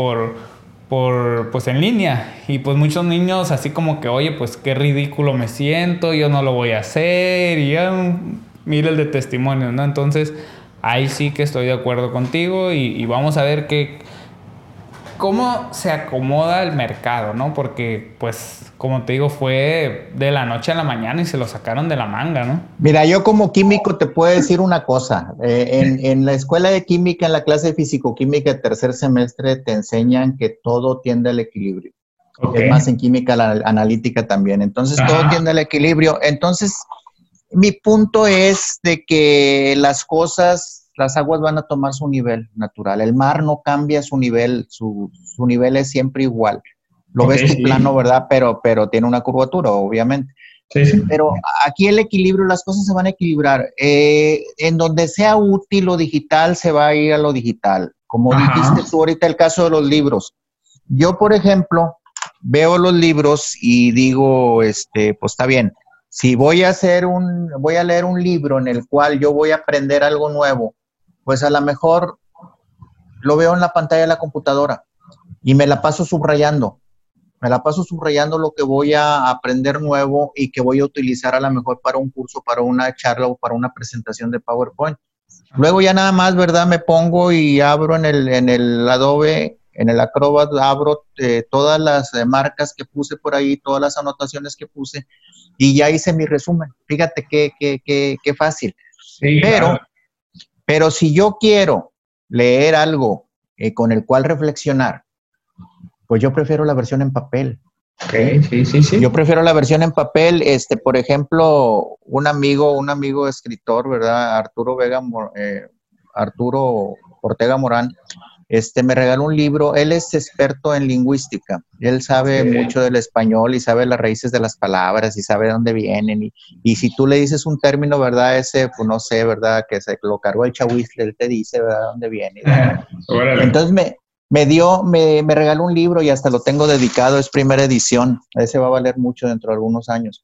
S1: pues en línea, y pues muchos niños así como que, oye, pues qué ridículo me siento, yo no lo voy a hacer, y ya miles de testimonios, ¿no? Entonces ahí sí que estoy de acuerdo contigo y vamos a ver cómo se acomoda el mercado, ¿no? Porque pues como te digo, fue de la noche a la mañana y se lo sacaron de la manga, ¿no?
S2: Mira, yo como químico te puedo decir una cosa. En la escuela de química, en la clase de fisicoquímica de tercer semestre, te enseñan que todo tiende al equilibrio.
S3: Ok.
S2: Es más, en química analítica también. Entonces, todo
S3: Ajá.
S2: tiende al equilibrio. Entonces, mi punto es de que las cosas, las aguas van a tomar su nivel natural. El mar no cambia su nivel, su nivel es siempre igual. Lo
S3: Ok,
S2: ves tu plano,
S3: sí.
S2: ¿verdad? Pero tiene una curvatura, obviamente.
S3: Sí, sí.
S2: Pero aquí el equilibrio, las cosas se van a equilibrar. En donde sea útil lo digital, se va a ir a lo digital. Como dijiste
S3: Ajá.
S2: tú ahorita, el caso de los libros. Yo, por ejemplo, veo los libros y digo, pues está bien. Si voy a leer un libro en el cual yo voy a aprender algo nuevo, pues a lo mejor lo veo en la pantalla de la computadora y me la paso subrayando lo que voy a aprender nuevo y que voy a utilizar a lo mejor para un curso, para una charla o para una presentación de PowerPoint. Luego ya nada más, ¿verdad? Me pongo y abro en el Adobe, en el Acrobat, abro todas las marcas que puse por ahí, todas las anotaciones que puse y ya hice mi resumen. Fíjate qué fácil.
S3: Sí,
S2: Pero,
S3: claro.
S2: pero si yo quiero leer algo con el cual reflexionar, pues yo prefiero la versión en papel.
S3: Ok,
S2: ¿Sí?
S3: sí, sí, sí.
S2: Yo prefiero la versión en papel. Por ejemplo, un amigo escritor, ¿verdad? Arturo Ortega Morán, me regaló un libro. Él es experto en lingüística. Él
S3: Ok.
S2: sabe mucho del español y sabe las raíces de las palabras y sabe de dónde vienen. Y si tú le dices un término, ¿verdad? Pues no sé, ¿verdad? Que se lo cargó el chahuizle, él te dice, ¿verdad? Dónde viene.
S3: Órale.
S2: Entonces me regaló un libro y hasta lo tengo dedicado, es primera edición. Ese va a valer mucho dentro de algunos años.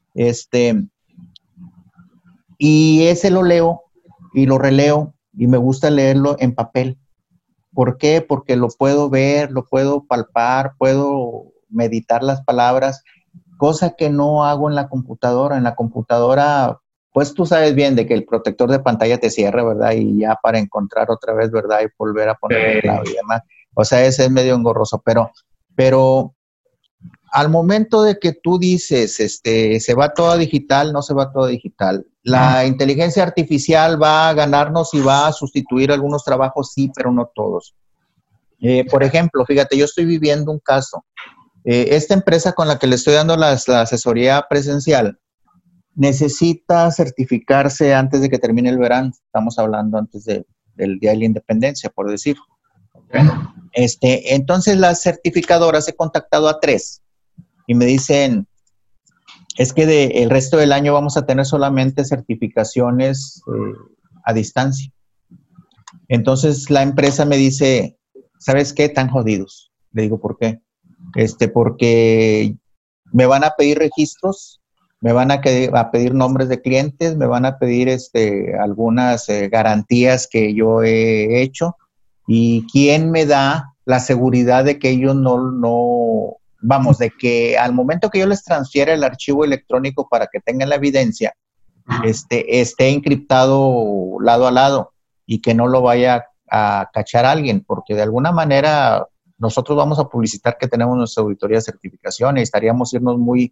S2: Y ese lo leo y lo releo y me gusta leerlo en papel. ¿Por qué? Porque lo puedo ver, lo puedo palpar, puedo meditar las palabras, cosa que no hago en la computadora. En la computadora, pues tú sabes bien de que el protector de pantalla te cierra, ¿verdad? Y ya para encontrar otra vez, ¿verdad? Y volver a poner la clave y demás. O sea, ese es medio engorroso, pero al momento de que tú dices, se va todo digital, no se va todo digital. La inteligencia artificial va a ganarnos y va a sustituir algunos trabajos, sí, pero no todos. Por ejemplo, fíjate, yo estoy viviendo un caso. Esta empresa con la que le estoy dando la asesoría presencial necesita certificarse antes de que termine el verano. Estamos hablando antes del Día de la Independencia, por decir.
S3: Okay.
S2: Entonces, las certificadoras he contactado a 3 y me dicen, es que el resto del año vamos a tener solamente certificaciones a distancia. Entonces, la empresa me dice, ¿sabes qué? Están jodidos. Le digo, ¿por qué? Porque me van a pedir registros, me van a pedir nombres de clientes, me van a pedir algunas garantías que yo he hecho, y quién me da la seguridad de que ellos no, vamos, de que al momento que yo les transfiera el archivo electrónico para que tengan la evidencia, esté encriptado lado a lado y que no lo vaya a cachar alguien, porque de alguna manera nosotros vamos a publicitar que tenemos nuestra auditoría de certificación y estaríamos irnos muy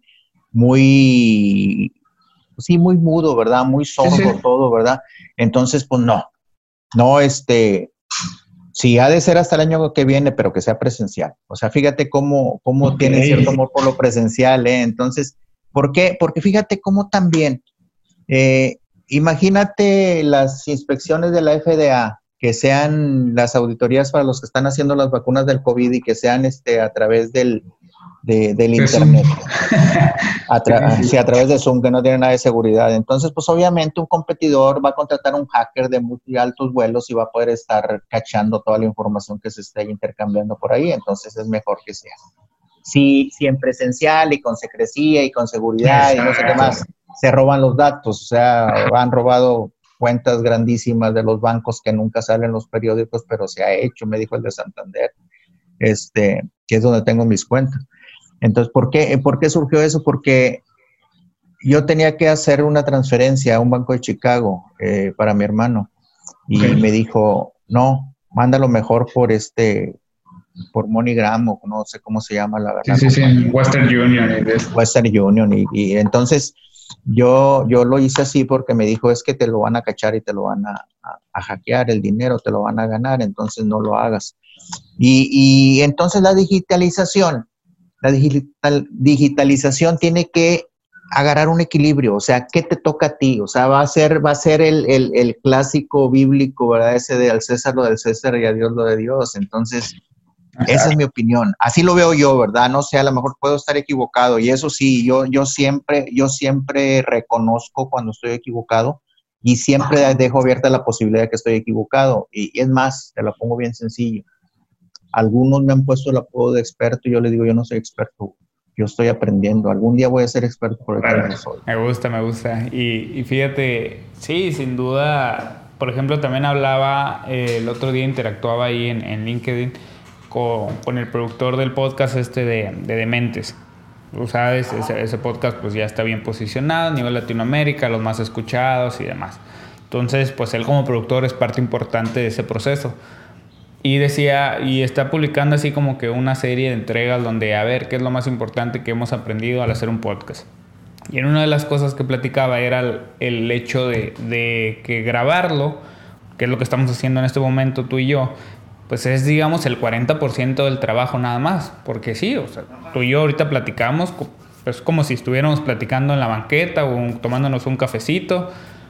S2: mudo, ¿verdad? Muy sordo, sí. Todo, ¿verdad? Entonces, pues no, sí ha de ser hasta el año que viene, pero que sea presencial. O sea, fíjate cómo okay. Tiene cierto amor por lo presencial, ¿eh? Entonces, ¿por qué? Porque fíjate cómo también, imagínate las inspecciones de la FDA, que sean las auditorías para los que están haciendo las vacunas del COVID y que sean a través del internet. A través de Zoom, que no tiene nada de seguridad. Entonces, pues obviamente un competidor va a contratar un hacker de muy altos vuelos y va a poder estar cachando toda la información que se esté intercambiando por ahí. Entonces es mejor que sea. Si en presencial y con secrecía y con seguridad y no sé qué más, se roban los datos. O sea, han robado cuentas grandísimas de los bancos que nunca salen en los periódicos, pero se ha hecho, me dijo el de Santander, que es donde tengo mis cuentas. Entonces, ¿por qué surgió eso? Porque yo tenía que hacer una transferencia a un banco de Chicago para mi hermano y okay. Me dijo, no, mándalo mejor por MoneyGram o no sé cómo se llama la
S3: verdad. Sí, Western Union.
S2: Western Union y entonces yo lo hice así porque me dijo, es que te lo van a cachar y te lo van a hackear el dinero, te lo van a ganar, entonces no lo hagas. Y entonces la digitalización tiene que agarrar un equilibrio, o sea, ¿qué te toca a ti? O sea, va a ser el clásico bíblico, ¿verdad? Ese de al César lo del César y a Dios lo de Dios. Entonces, esa es mi opinión. Así lo veo yo, ¿verdad? No sé, a lo mejor puedo estar equivocado. Y eso sí, yo siempre reconozco cuando estoy equivocado y siempre dejo abierta la posibilidad de que estoy equivocado. Y es más, te la pongo bien sencillo. Algunos me han puesto el apodo de experto y yo les digo, yo no soy experto, yo estoy aprendiendo. Algún día voy a ser experto por el que no soy.
S1: Me gusta. Y fíjate, sí, sin duda, por ejemplo, también hablaba, el otro día interactuaba ahí en LinkedIn con el productor del podcast de Dementes. Tú sabes, ese podcast pues ya está bien posicionado a nivel Latinoamérica, los más escuchados y demás. Entonces, pues él como productor es parte importante de ese proceso. Y decía, y está publicando así como que una serie de entregas donde a ver qué es lo más importante que hemos aprendido al hacer un podcast. Y en una de las cosas que platicaba era el hecho de que grabarlo, que es lo que estamos haciendo en este momento tú y yo, pues es digamos el 40% del trabajo nada más. Porque sí, o sea, tú y yo ahorita platicamos, pues como si estuviéramos platicando en la banqueta o tomándonos un cafecito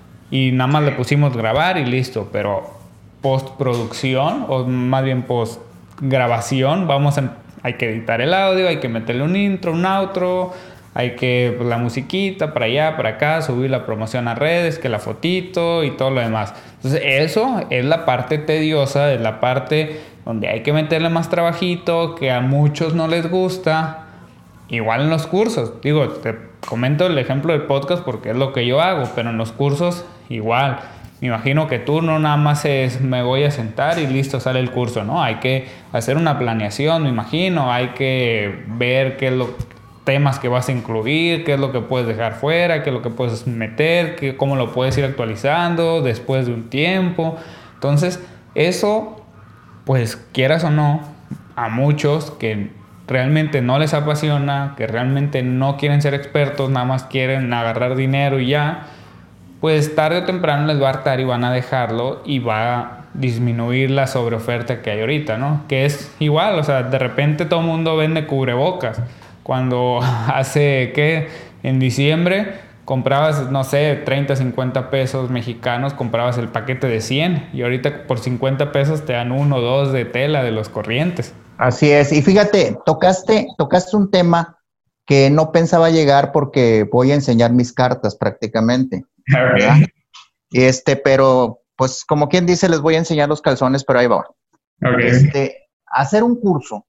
S1: y nada más le pusimos grabar y listo, pero postproducción o más bien postgrabación hay que editar el audio, hay que meterle un intro, un outro, hay que la musiquita para allá, para acá, subir la promoción a redes, que la fotito y todo lo demás. Entonces eso es la parte tediosa, es la parte donde hay que meterle más trabajito, que a muchos no les gusta. Igual en los cursos, digo, te comento el ejemplo del podcast porque es lo que yo hago, pero en los cursos igual. Me imagino que tú no nada más me voy a sentar y listo, sale el curso, ¿no? Hay que hacer una planeación, me imagino, hay que ver qué es los temas que vas a incluir, qué es lo que puedes dejar fuera, qué es lo que puedes meter, cómo lo puedes ir actualizando después de un tiempo. Entonces, eso, pues quieras o no, a muchos que realmente no les apasiona, que realmente no quieren ser expertos, nada más quieren agarrar dinero y ya, pues tarde o temprano les va a hartar y van a dejarlo y va disminuir la sobreoferta que hay ahorita, ¿no? Que es igual, o sea, de repente todo el mundo vende cubrebocas. Cuando hace, ¿qué? En diciembre comprabas, no sé, 30, 50 pesos mexicanos, comprabas el paquete de 100 y ahorita por 50 pesos te dan 1 o 2 de tela de los corrientes.
S2: Así es. Y fíjate, tocaste un tema que no pensaba llegar porque voy a enseñar mis cartas prácticamente, ¿verdad? Pero pues como quien dice, les voy a enseñar los calzones, pero ahí va.
S3: Okay.
S2: Hacer un curso,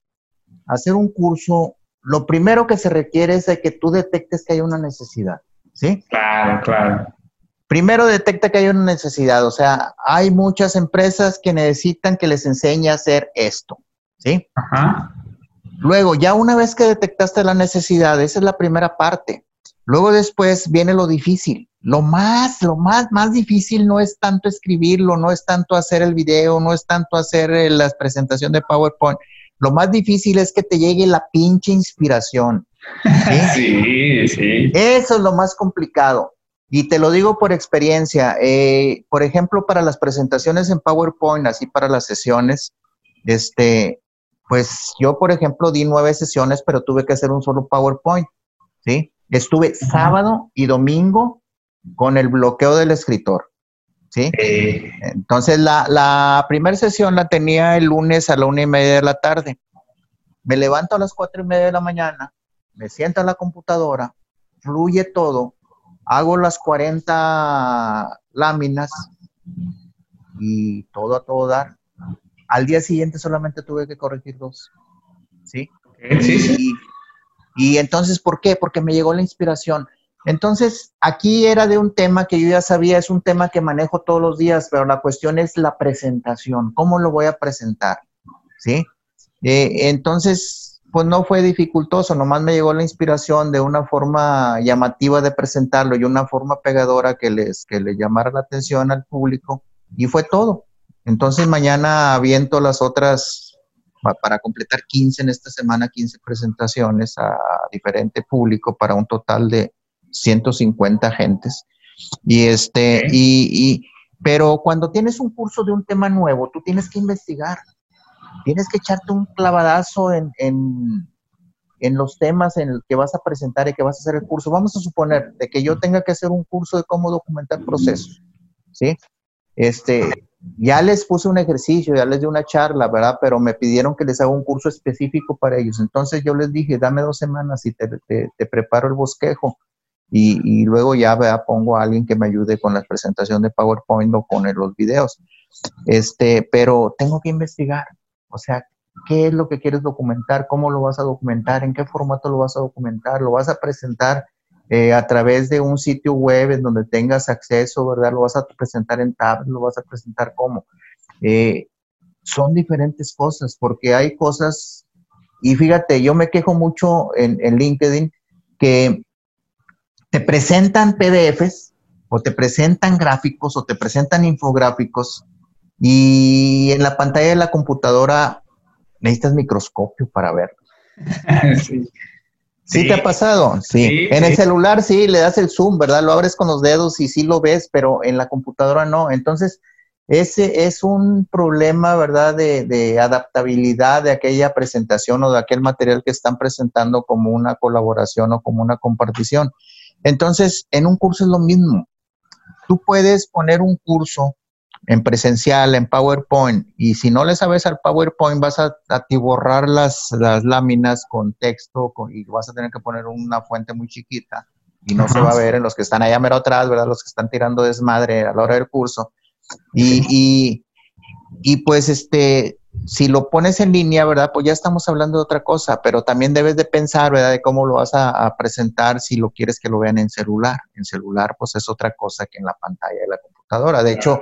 S2: lo primero que se requiere es de que tú detectes que hay una necesidad, ¿sí?
S3: Claro.
S2: Primero detecta que hay una necesidad, o sea, hay muchas empresas que necesitan que les enseñe a hacer esto, ¿sí?
S3: Ajá.
S2: Luego, ya una vez que detectaste la necesidad, esa es la primera parte. Luego después viene lo difícil. Lo más difícil no es tanto escribirlo, no es tanto hacer el video, no es tanto hacer la presentación de PowerPoint. Lo más difícil es que te llegue la pinche inspiración. ¿Sí?
S3: Sí.
S2: Eso es lo más complicado. Y te lo digo por experiencia. Por ejemplo, para las presentaciones en PowerPoint, así para las sesiones, pues yo, por ejemplo, di 9 sesiones, pero tuve que hacer un solo PowerPoint, ¿sí? Estuve sábado y domingo con el bloqueo del escritor, ¿sí? Entonces, la primera sesión la tenía el lunes a la 1:30 de la tarde. Me levanto a las 4:30 de la mañana, me siento a la computadora, fluye todo, hago las 40 láminas y todo a todo dar. Al día siguiente solamente tuve que corregir 2, ¿sí? Y entonces, ¿por qué? Porque me llegó la inspiración. Entonces, aquí era de un tema que yo ya sabía, es un tema que manejo todos los días, pero la cuestión es la presentación, ¿cómo lo voy a presentar? ¿Sí? Entonces, pues no fue dificultoso, nomás me llegó la inspiración de una forma llamativa de presentarlo y una forma pegadora que le llamara la atención al público, y fue todo. Entonces, mañana aviento las otras, para completar 15 en esta semana, 15 presentaciones a diferente público para un total de 150 agentes. Pero cuando tienes un curso de un tema nuevo, tú tienes que investigar, tienes que echarte un clavadazo en los temas en el que vas a presentar y que vas a hacer el curso. Vamos a suponer de que yo tenga que hacer un curso de cómo documentar procesos, ¿sí? Ya les puse un ejercicio, ya les di una charla, ¿verdad? Pero me pidieron que les haga un curso específico para ellos. Entonces yo les dije, dame 2 semanas y te preparo el bosquejo. Y luego ya, ¿verdad? Pongo a alguien que me ayude con la presentación de PowerPoint o con los videos. Pero tengo que investigar. O sea, ¿qué es lo que quieres documentar? ¿Cómo lo vas a documentar? ¿En qué formato lo vas a documentar? ¿Lo vas a presentar a través de un sitio web en donde tengas acceso, ¿verdad? ¿Lo vas a presentar en tablet? ¿Lo vas a presentar cómo? Son diferentes cosas, porque hay cosas, y fíjate, yo me quejo mucho en LinkedIn que te presentan PDFs o te presentan gráficos o te presentan infográficos y en la pantalla de la computadora necesitas microscopio para verlo.
S3: Sí.
S2: ¿Sí te ha pasado? Sí. En el celular sí, le das el zoom, ¿verdad? Lo abres con los dedos y sí lo ves, pero en la computadora no. Entonces, ese es un problema, ¿verdad? De adaptabilidad de aquella presentación o de aquel material que están presentando como una colaboración o como una compartición. Entonces, en un curso es lo mismo. Tú puedes poner un curso en presencial, en PowerPoint, y si no le sabes al PowerPoint, vas a atiborrar las láminas con texto y vas a tener que poner una fuente muy chiquita y no se va a ver en los que están allá mero atrás, ¿verdad? Los que están tirando desmadre a la hora del curso. Y pues si lo pones en línea, ¿verdad? Pues ya estamos hablando de otra cosa, pero también debes de pensar, ¿verdad? De cómo lo vas a presentar si lo quieres que lo vean en celular. En celular, pues es otra cosa que en la pantalla de la computadora. De hecho,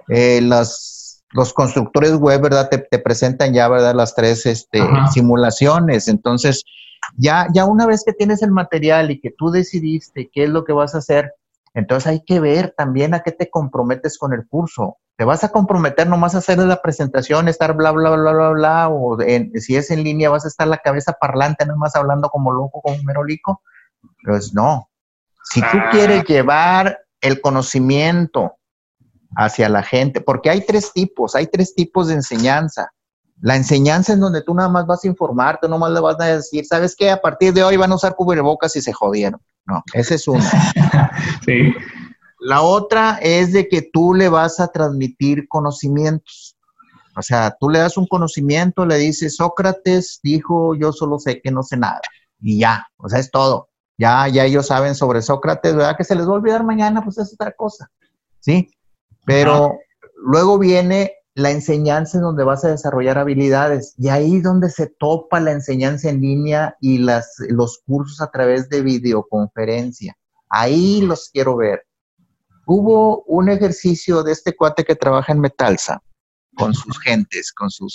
S2: los constructores web, ¿verdad? Te presentan ya, ¿verdad? Las 3 simulaciones. Entonces, ya una vez que tienes el material y que tú decidiste qué es lo que vas a hacer, entonces hay que ver también a qué te comprometes con el curso. ¿Te vas a comprometer nomás a hacer la presentación, estar bla, bla, bla, bla, bla? O si es en línea, vas a estar la cabeza parlante, nomás hablando como loco, como un merolico. Pues no. Si tú quieres llevar el conocimiento hacia la gente, porque hay tres tipos de enseñanza. La enseñanza en donde tú nada más vas a informarte, no más le vas a decir, ¿sabes qué? A partir de hoy van a usar cubrebocas y se jodieron. No, esa es una.
S3: Sí.
S2: La otra es de que tú le vas a transmitir conocimientos. O sea, tú le das un conocimiento, le dices, Sócrates dijo, yo solo sé que no sé nada. Y ya, o sea, es todo. Ya ellos saben sobre Sócrates, ¿verdad? Que se les va a olvidar mañana, pues es otra cosa. ¿Sí? Pero luego viene la enseñanza en donde vas a desarrollar habilidades. Y ahí es donde se topa la enseñanza en línea y los cursos a través de videoconferencia. Ahí los quiero ver. Hubo un ejercicio de este cuate que trabaja en Metalsa, con sus gentes, con sus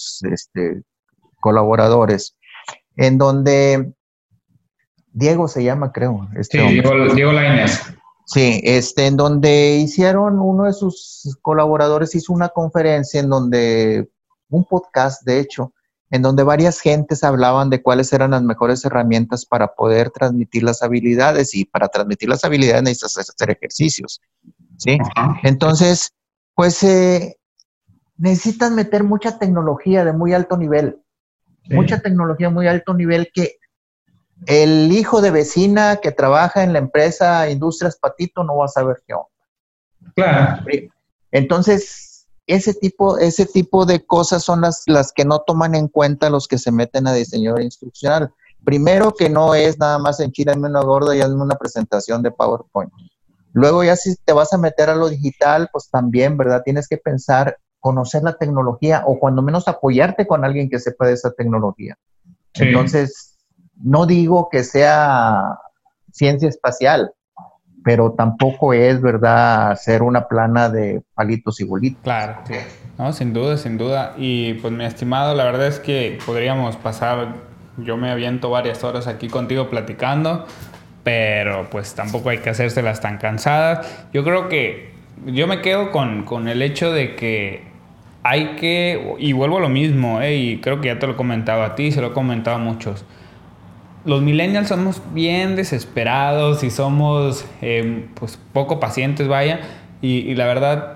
S2: colaboradores, en donde Diego se llama, creo.
S3: Sí, Diego Lainez.
S2: Sí, en donde hicieron, uno de sus colaboradores hizo una conferencia un podcast, de hecho, en donde varias gentes hablaban de cuáles eran las mejores herramientas para poder transmitir las habilidades, y para transmitir las habilidades necesitas hacer ejercicios, ¿sí? Entonces, pues necesitas meter mucha tecnología de muy alto nivel, mucha tecnología de muy alto nivel que el hijo de vecina que trabaja en la empresa Industrias Patito no va a saber qué onda.
S3: Claro.
S2: Entonces, ese tipo de cosas son las que no toman en cuenta los que se meten a diseñador instruccional. Primero, que no es nada más enchilame una gorda y hazme una presentación de PowerPoint. Luego, ya si te vas a meter a lo digital, pues también, ¿verdad? Tienes que pensar, conocer la tecnología, o cuando menos apoyarte con alguien que sepa de esa tecnología. Sí. Entonces, no digo que sea ciencia espacial, pero tampoco es, ¿verdad?, hacer una plana de palitos y bolitos.
S1: Claro, sí. No, sin duda, sin duda. Y pues, mi estimado, la verdad es que podríamos pasar, yo me aviento varias horas aquí contigo platicando, pero pues tampoco hay que hacérselas tan cansadas. Yo creo que yo me quedo con el hecho de que hay que, y vuelvo a lo mismo, y creo que ya te lo he comentado a ti, se lo he comentado a muchos. Los millennials somos bien desesperados y somos pues poco pacientes, vaya, y la verdad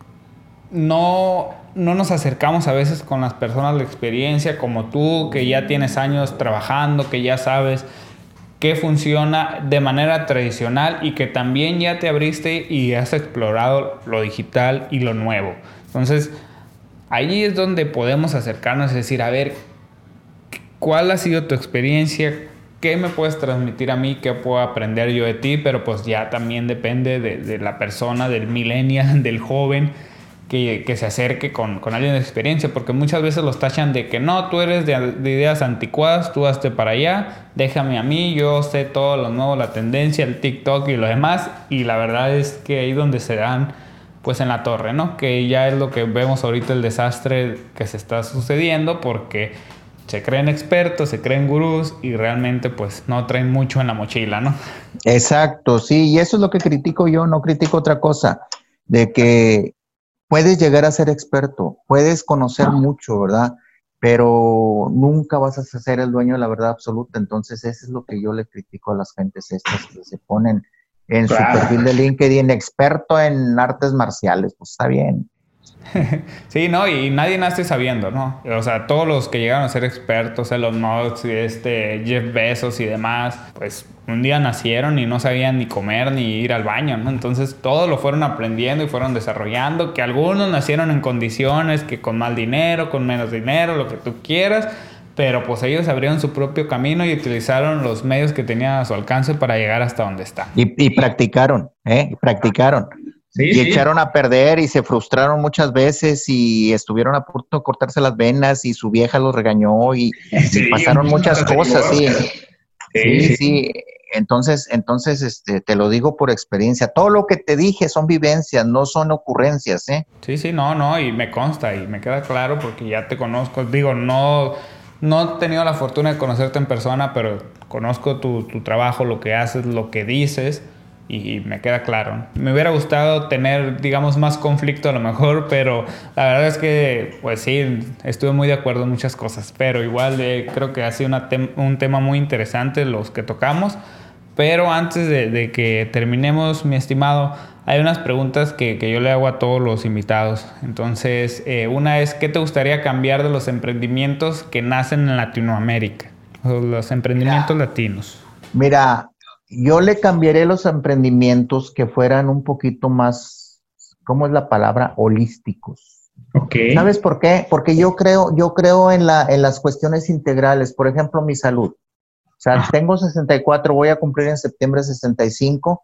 S1: no nos acercamos a veces con las personas de experiencia como tú, que ya tienes años trabajando, que ya sabes qué funciona de manera tradicional y que también ya te abriste y has explorado lo digital y lo nuevo. Entonces, ahí es donde podemos acercarnos y decir, a ver, ¿cuál ha sido tu experiencia? ¿Qué me puedes transmitir a mí? ¿Qué puedo aprender yo de ti? Pero pues ya también depende de la persona, del millennial, del joven, que se acerque con alguien de experiencia, porque muchas veces los tachan de que no, tú eres de ideas anticuadas, tú hazte para allá, déjame a mí, yo sé todo lo nuevo, la tendencia, el TikTok y lo demás, y la verdad es que ahí donde se dan pues en la torre, ¿no? Que ya es lo que vemos ahorita, el desastre que se está sucediendo, porque se creen expertos, se creen gurús y realmente pues no traen mucho en la mochila, ¿no?
S2: Exacto, sí, y eso es lo que critico yo, no critico otra cosa, de que puedes llegar a ser experto, puedes conocer mucho, ¿verdad? Pero nunca vas a ser el dueño de la verdad absoluta. Entonces, eso es lo que yo le critico a las gentes estas que se ponen en su perfil de LinkedIn, experto en artes marciales. Pues está bien.
S1: Sí, no, y nadie nace sabiendo, ¿no? O sea, todos los que llegaron a ser expertos, Elon Musk, Jeff Bezos y demás, pues un día nacieron y no sabían ni comer ni ir al baño, ¿no? Entonces todos lo fueron aprendiendo y fueron desarrollando, que algunos nacieron en condiciones, que con mal dinero, con menos dinero, lo que tú quieras, pero pues ellos abrieron su propio camino y utilizaron los medios que tenían a su alcance para llegar hasta donde está.
S2: Y practicaron, practicaron. Sí, y echaron a perder y se frustraron muchas veces y estuvieron a punto de cortarse las venas y su vieja los regañó y pasaron muchas cosas, sí. Sí. Entonces, te lo digo por experiencia. Todo lo que te dije son vivencias, no son ocurrencias, ¿eh?
S1: Sí, no, y me consta y me queda claro porque ya te conozco. Digo, no he tenido la fortuna de conocerte en persona, pero conozco tu trabajo, lo que haces, lo que dices. Y me queda claro. Me hubiera gustado tener, digamos, más conflicto a lo mejor, pero la verdad es que, pues sí, estuve muy de acuerdo en muchas cosas. Pero igual creo que ha sido un tema muy interesante los que tocamos. Pero antes de que terminemos, mi estimado, hay unas preguntas que yo le hago a todos los invitados. Entonces, una es, ¿qué te gustaría cambiar de los emprendimientos que nacen en Latinoamérica? O los emprendimientos latinos.
S2: Mira, yo le cambiaré los emprendimientos que fueran un poquito más, ¿cómo es la palabra? Holísticos.
S3: Ok.
S2: ¿Sabes por qué? Porque yo creo en las cuestiones integrales. Por ejemplo, mi salud. O sea, tengo 64, voy a cumplir en septiembre 65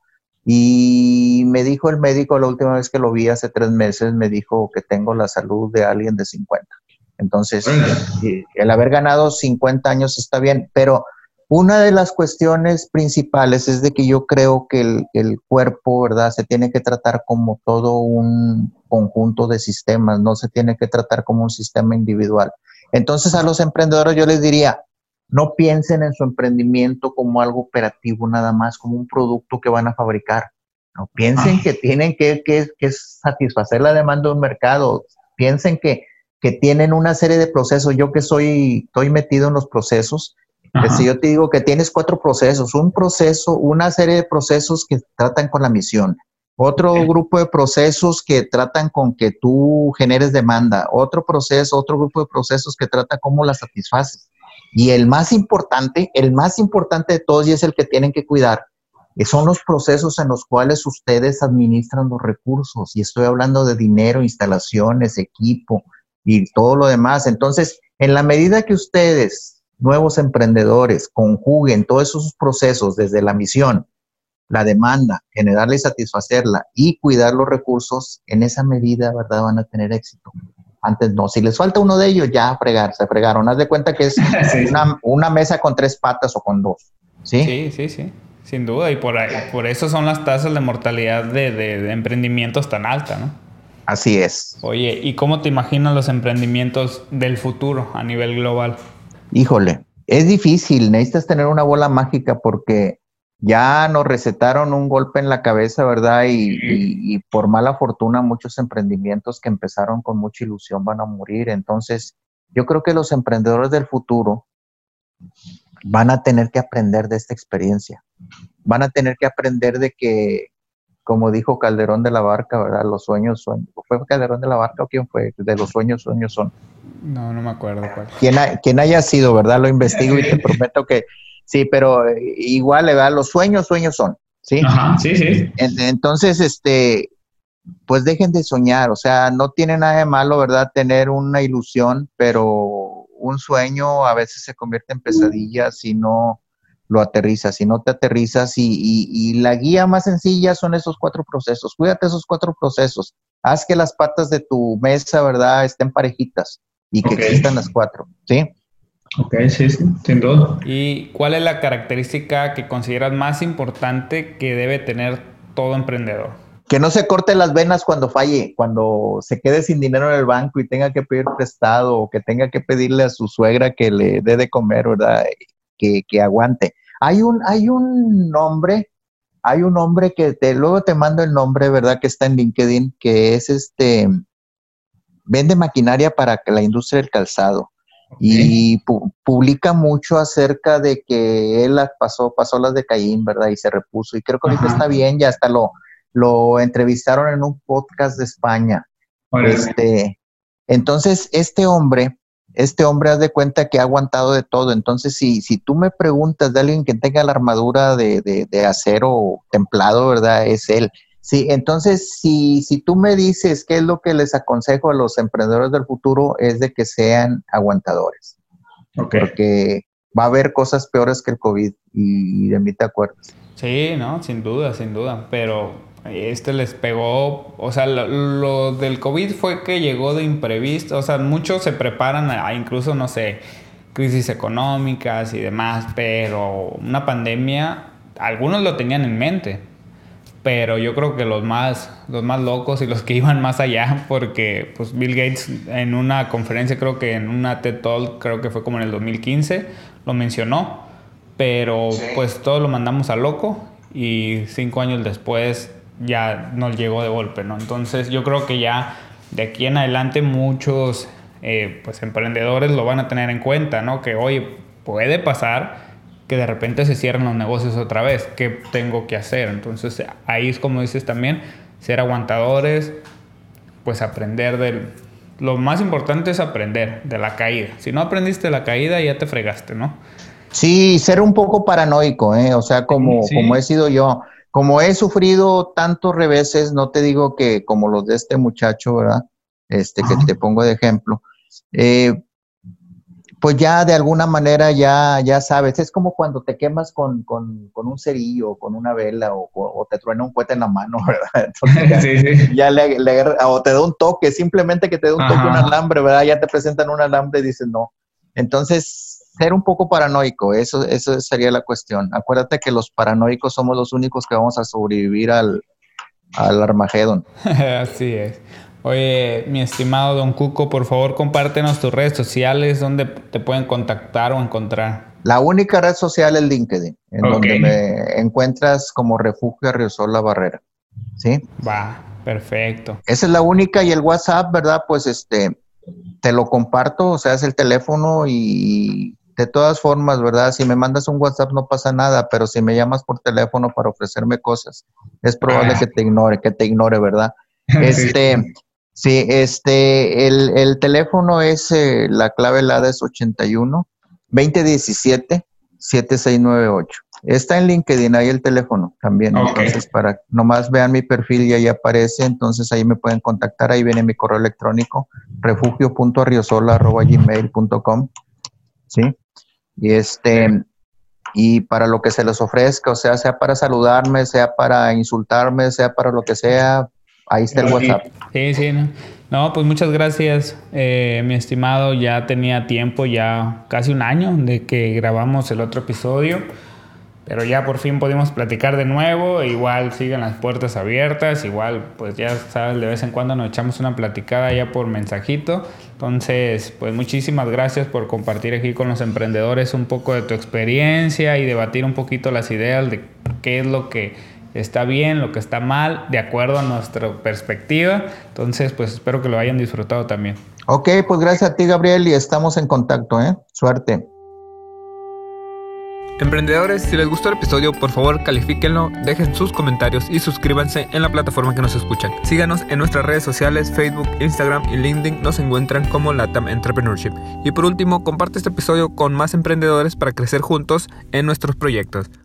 S2: y me dijo el médico la última vez que lo vi hace 3 meses, me dijo que tengo la salud de alguien de 50. Entonces, el haber ganado 50 años está bien, pero una de las cuestiones principales es de que yo creo que el cuerpo, ¿verdad? Se tiene que tratar como todo un conjunto de sistemas, no se tiene que tratar como un sistema individual. Entonces, a los emprendedores yo les diría, no piensen en su emprendimiento como algo operativo nada más, como un producto que van a fabricar. No piensen que tienen que satisfacer la demanda de un mercado. Piensen que tienen una serie de procesos. Yo que estoy metido en los procesos, si yo te digo que tienes 4 procesos, un proceso, una serie de procesos que tratan con la misión, otro grupo de procesos que tratan con que tú generes demanda, otro grupo de procesos que trata cómo la satisfaces. Y el más importante de todos, y es el que tienen que cuidar, son los procesos en los cuales ustedes administran los recursos. Y estoy hablando de dinero, instalaciones, equipo y todo lo demás. Entonces, en la medida que ustedes, nuevos emprendedores, conjuguen todos esos procesos desde la misión, la demanda, generarla y satisfacerla y cuidar los recursos, en esa medida, ¿verdad?, van a tener éxito. Antes no, si les falta uno de ellos, ya se fregaron. Haz de cuenta que es
S3: Sí.
S2: una mesa con 3 patas o con 2. ¿Sí?
S1: Sí, sin duda. Y por eso son las tasas de mortalidad de emprendimientos tan altas, ¿no?
S2: Así es.
S1: Oye, ¿y cómo te imaginas los emprendimientos del futuro a nivel global?
S2: Híjole, es difícil. Necesitas tener una bola mágica porque ya nos recetaron un golpe en la cabeza, ¿verdad? Y por mala fortuna muchos emprendimientos que empezaron con mucha ilusión van a morir. Entonces, yo creo que los emprendedores del futuro van a tener que aprender de esta experiencia. Van a tener que aprender de que, como dijo Calderón de la Barca, ¿verdad? Los sueños son. ¿Fue Calderón de la Barca o quién fue? De los sueños son.
S1: No me acuerdo cuál.
S2: Quien haya sido, ¿verdad? Lo investigo y te prometo que sí, pero igual, ¿verdad? Los sueños son, ¿sí?
S3: Ajá, sí.
S2: Entonces, pues dejen de soñar, o sea, no tiene nada de malo, ¿verdad? Tener una ilusión, pero un sueño a veces se convierte en pesadilla si no lo aterrizas, si no te aterrizas y la guía más sencilla son esos 4 procesos. Cuídate esos 4 procesos. Haz que las patas de tu mesa, ¿verdad?, estén parejitas y que existan las 4, ¿sí?
S3: Ok, sí, sin duda.
S1: ¿Y cuál es la característica que consideras más importante que debe tener todo emprendedor?
S2: Que no se corte las venas cuando falle, cuando se quede sin dinero en el banco y tenga que pedir prestado o que tenga que pedirle a su suegra que le dé de comer, ¿verdad? Que aguante. Hay un hombre que luego te mando el nombre, ¿verdad? Que está en LinkedIn, que es vende maquinaria para la industria del calzado. Y publica mucho acerca de que él pasó las de Caín, ¿verdad? Y se repuso. Y creo que ahorita está bien, ya hasta lo entrevistaron en un podcast de España. Entonces, este hombre, haz de cuenta que ha aguantado de todo. Entonces, si tú me preguntas de alguien que tenga la armadura de acero templado, ¿verdad? Es él. Sí, entonces, si tú me dices qué es lo que les aconsejo a los emprendedores del futuro, es de que sean aguantadores.
S3: Okay.
S2: Porque va a haber cosas peores que el COVID y de mí te acuerdas.
S1: Sí, no, sin duda, pero les pegó, o sea, lo del COVID fue que llegó de imprevisto, o sea, muchos se preparan a incluso, no sé, crisis económicas y demás, pero una pandemia, algunos lo tenían en mente, pero yo creo que los más locos y los que iban más allá, porque pues Bill Gates en una conferencia, creo que en una TED Talk, creo que fue como en el 2015, lo mencionó, pero pues todos lo mandamos a loco y 5 años después ya nos llegó de golpe, ¿no? Entonces yo creo que ya de aquí en adelante muchos pues emprendedores lo van a tener en cuenta, ¿no? Que oye, puede pasar que de repente se cierren los negocios otra vez. ¿Qué tengo que hacer? Entonces ahí es como dices también, ser aguantadores, pues aprender lo más importante es aprender de la caída. Si no aprendiste de la caída, ya te fregaste, ¿no?
S2: Sí, ser un poco paranoico, o sea, como he sido yo, como he sufrido tantos reveses, no te digo que como los de este muchacho, ¿verdad? Que te pongo de ejemplo, pues ya de alguna manera ya sabes, es como cuando te quemas con un cerillo, con una vela o te truena un cohete en la mano, ¿verdad? Entonces ya o te da un toque, simplemente que te dé un toque, un alambre, ¿verdad? Ya te presentan un alambre y dices no. Entonces, ser un poco paranoico, eso sería la cuestión. Acuérdate que los paranoicos somos los únicos que vamos a sobrevivir al Armagedón.
S1: Así es. Oye, mi estimado Don Cuco, por favor compártenos tus redes sociales donde te pueden contactar o encontrar.
S2: La única red social es LinkedIn, en donde me encuentras como Refugio Arriosola Barrera. ¿Sí?
S1: Va, perfecto.
S2: Esa es la única, y el WhatsApp, ¿verdad? Pues te lo comparto, o sea, es el teléfono, y de todas formas, ¿verdad? Si me mandas un WhatsApp no pasa nada, pero si me llamas por teléfono para ofrecerme cosas, es probable que te ignore, ¿verdad? Sí, el teléfono es, la clave helada es 81-2017-7698. Está en LinkedIn, ahí el teléfono también. Entonces, para nomás vean mi perfil y ahí aparece, entonces ahí me pueden contactar, ahí viene mi correo electrónico, refugio.arriosola@gmail.com, ¿sí? Y para lo que se les ofrezca, o sea para saludarme, sea para insultarme, sea para lo que sea, ahí está el WhatsApp.
S1: Sí. No, pues muchas gracias, mi estimado. Ya tenía tiempo, ya casi un año de que grabamos el otro episodio, pero ya por fin pudimos platicar de nuevo. Igual siguen las puertas abiertas, igual pues ya sabes, de vez en cuando nos echamos una platicada ya por mensajito. Entonces, pues muchísimas gracias por compartir aquí con los emprendedores un poco de tu experiencia y debatir un poquito las ideas de qué es lo que está bien, lo que está mal, de acuerdo a nuestra perspectiva. Entonces, pues espero que lo hayan disfrutado también.
S2: Ok, pues gracias a ti, Gabriel, y estamos en contacto, Suerte.
S4: Emprendedores, si les gustó el episodio, por favor califíquenlo, dejen sus comentarios y suscríbanse en la plataforma que nos escuchan. Síganos en nuestras redes sociales, Facebook, Instagram y LinkedIn, nos encuentran como LATAM Entrepreneurship. Y por último, comparte este episodio con más emprendedores para crecer juntos en nuestros proyectos.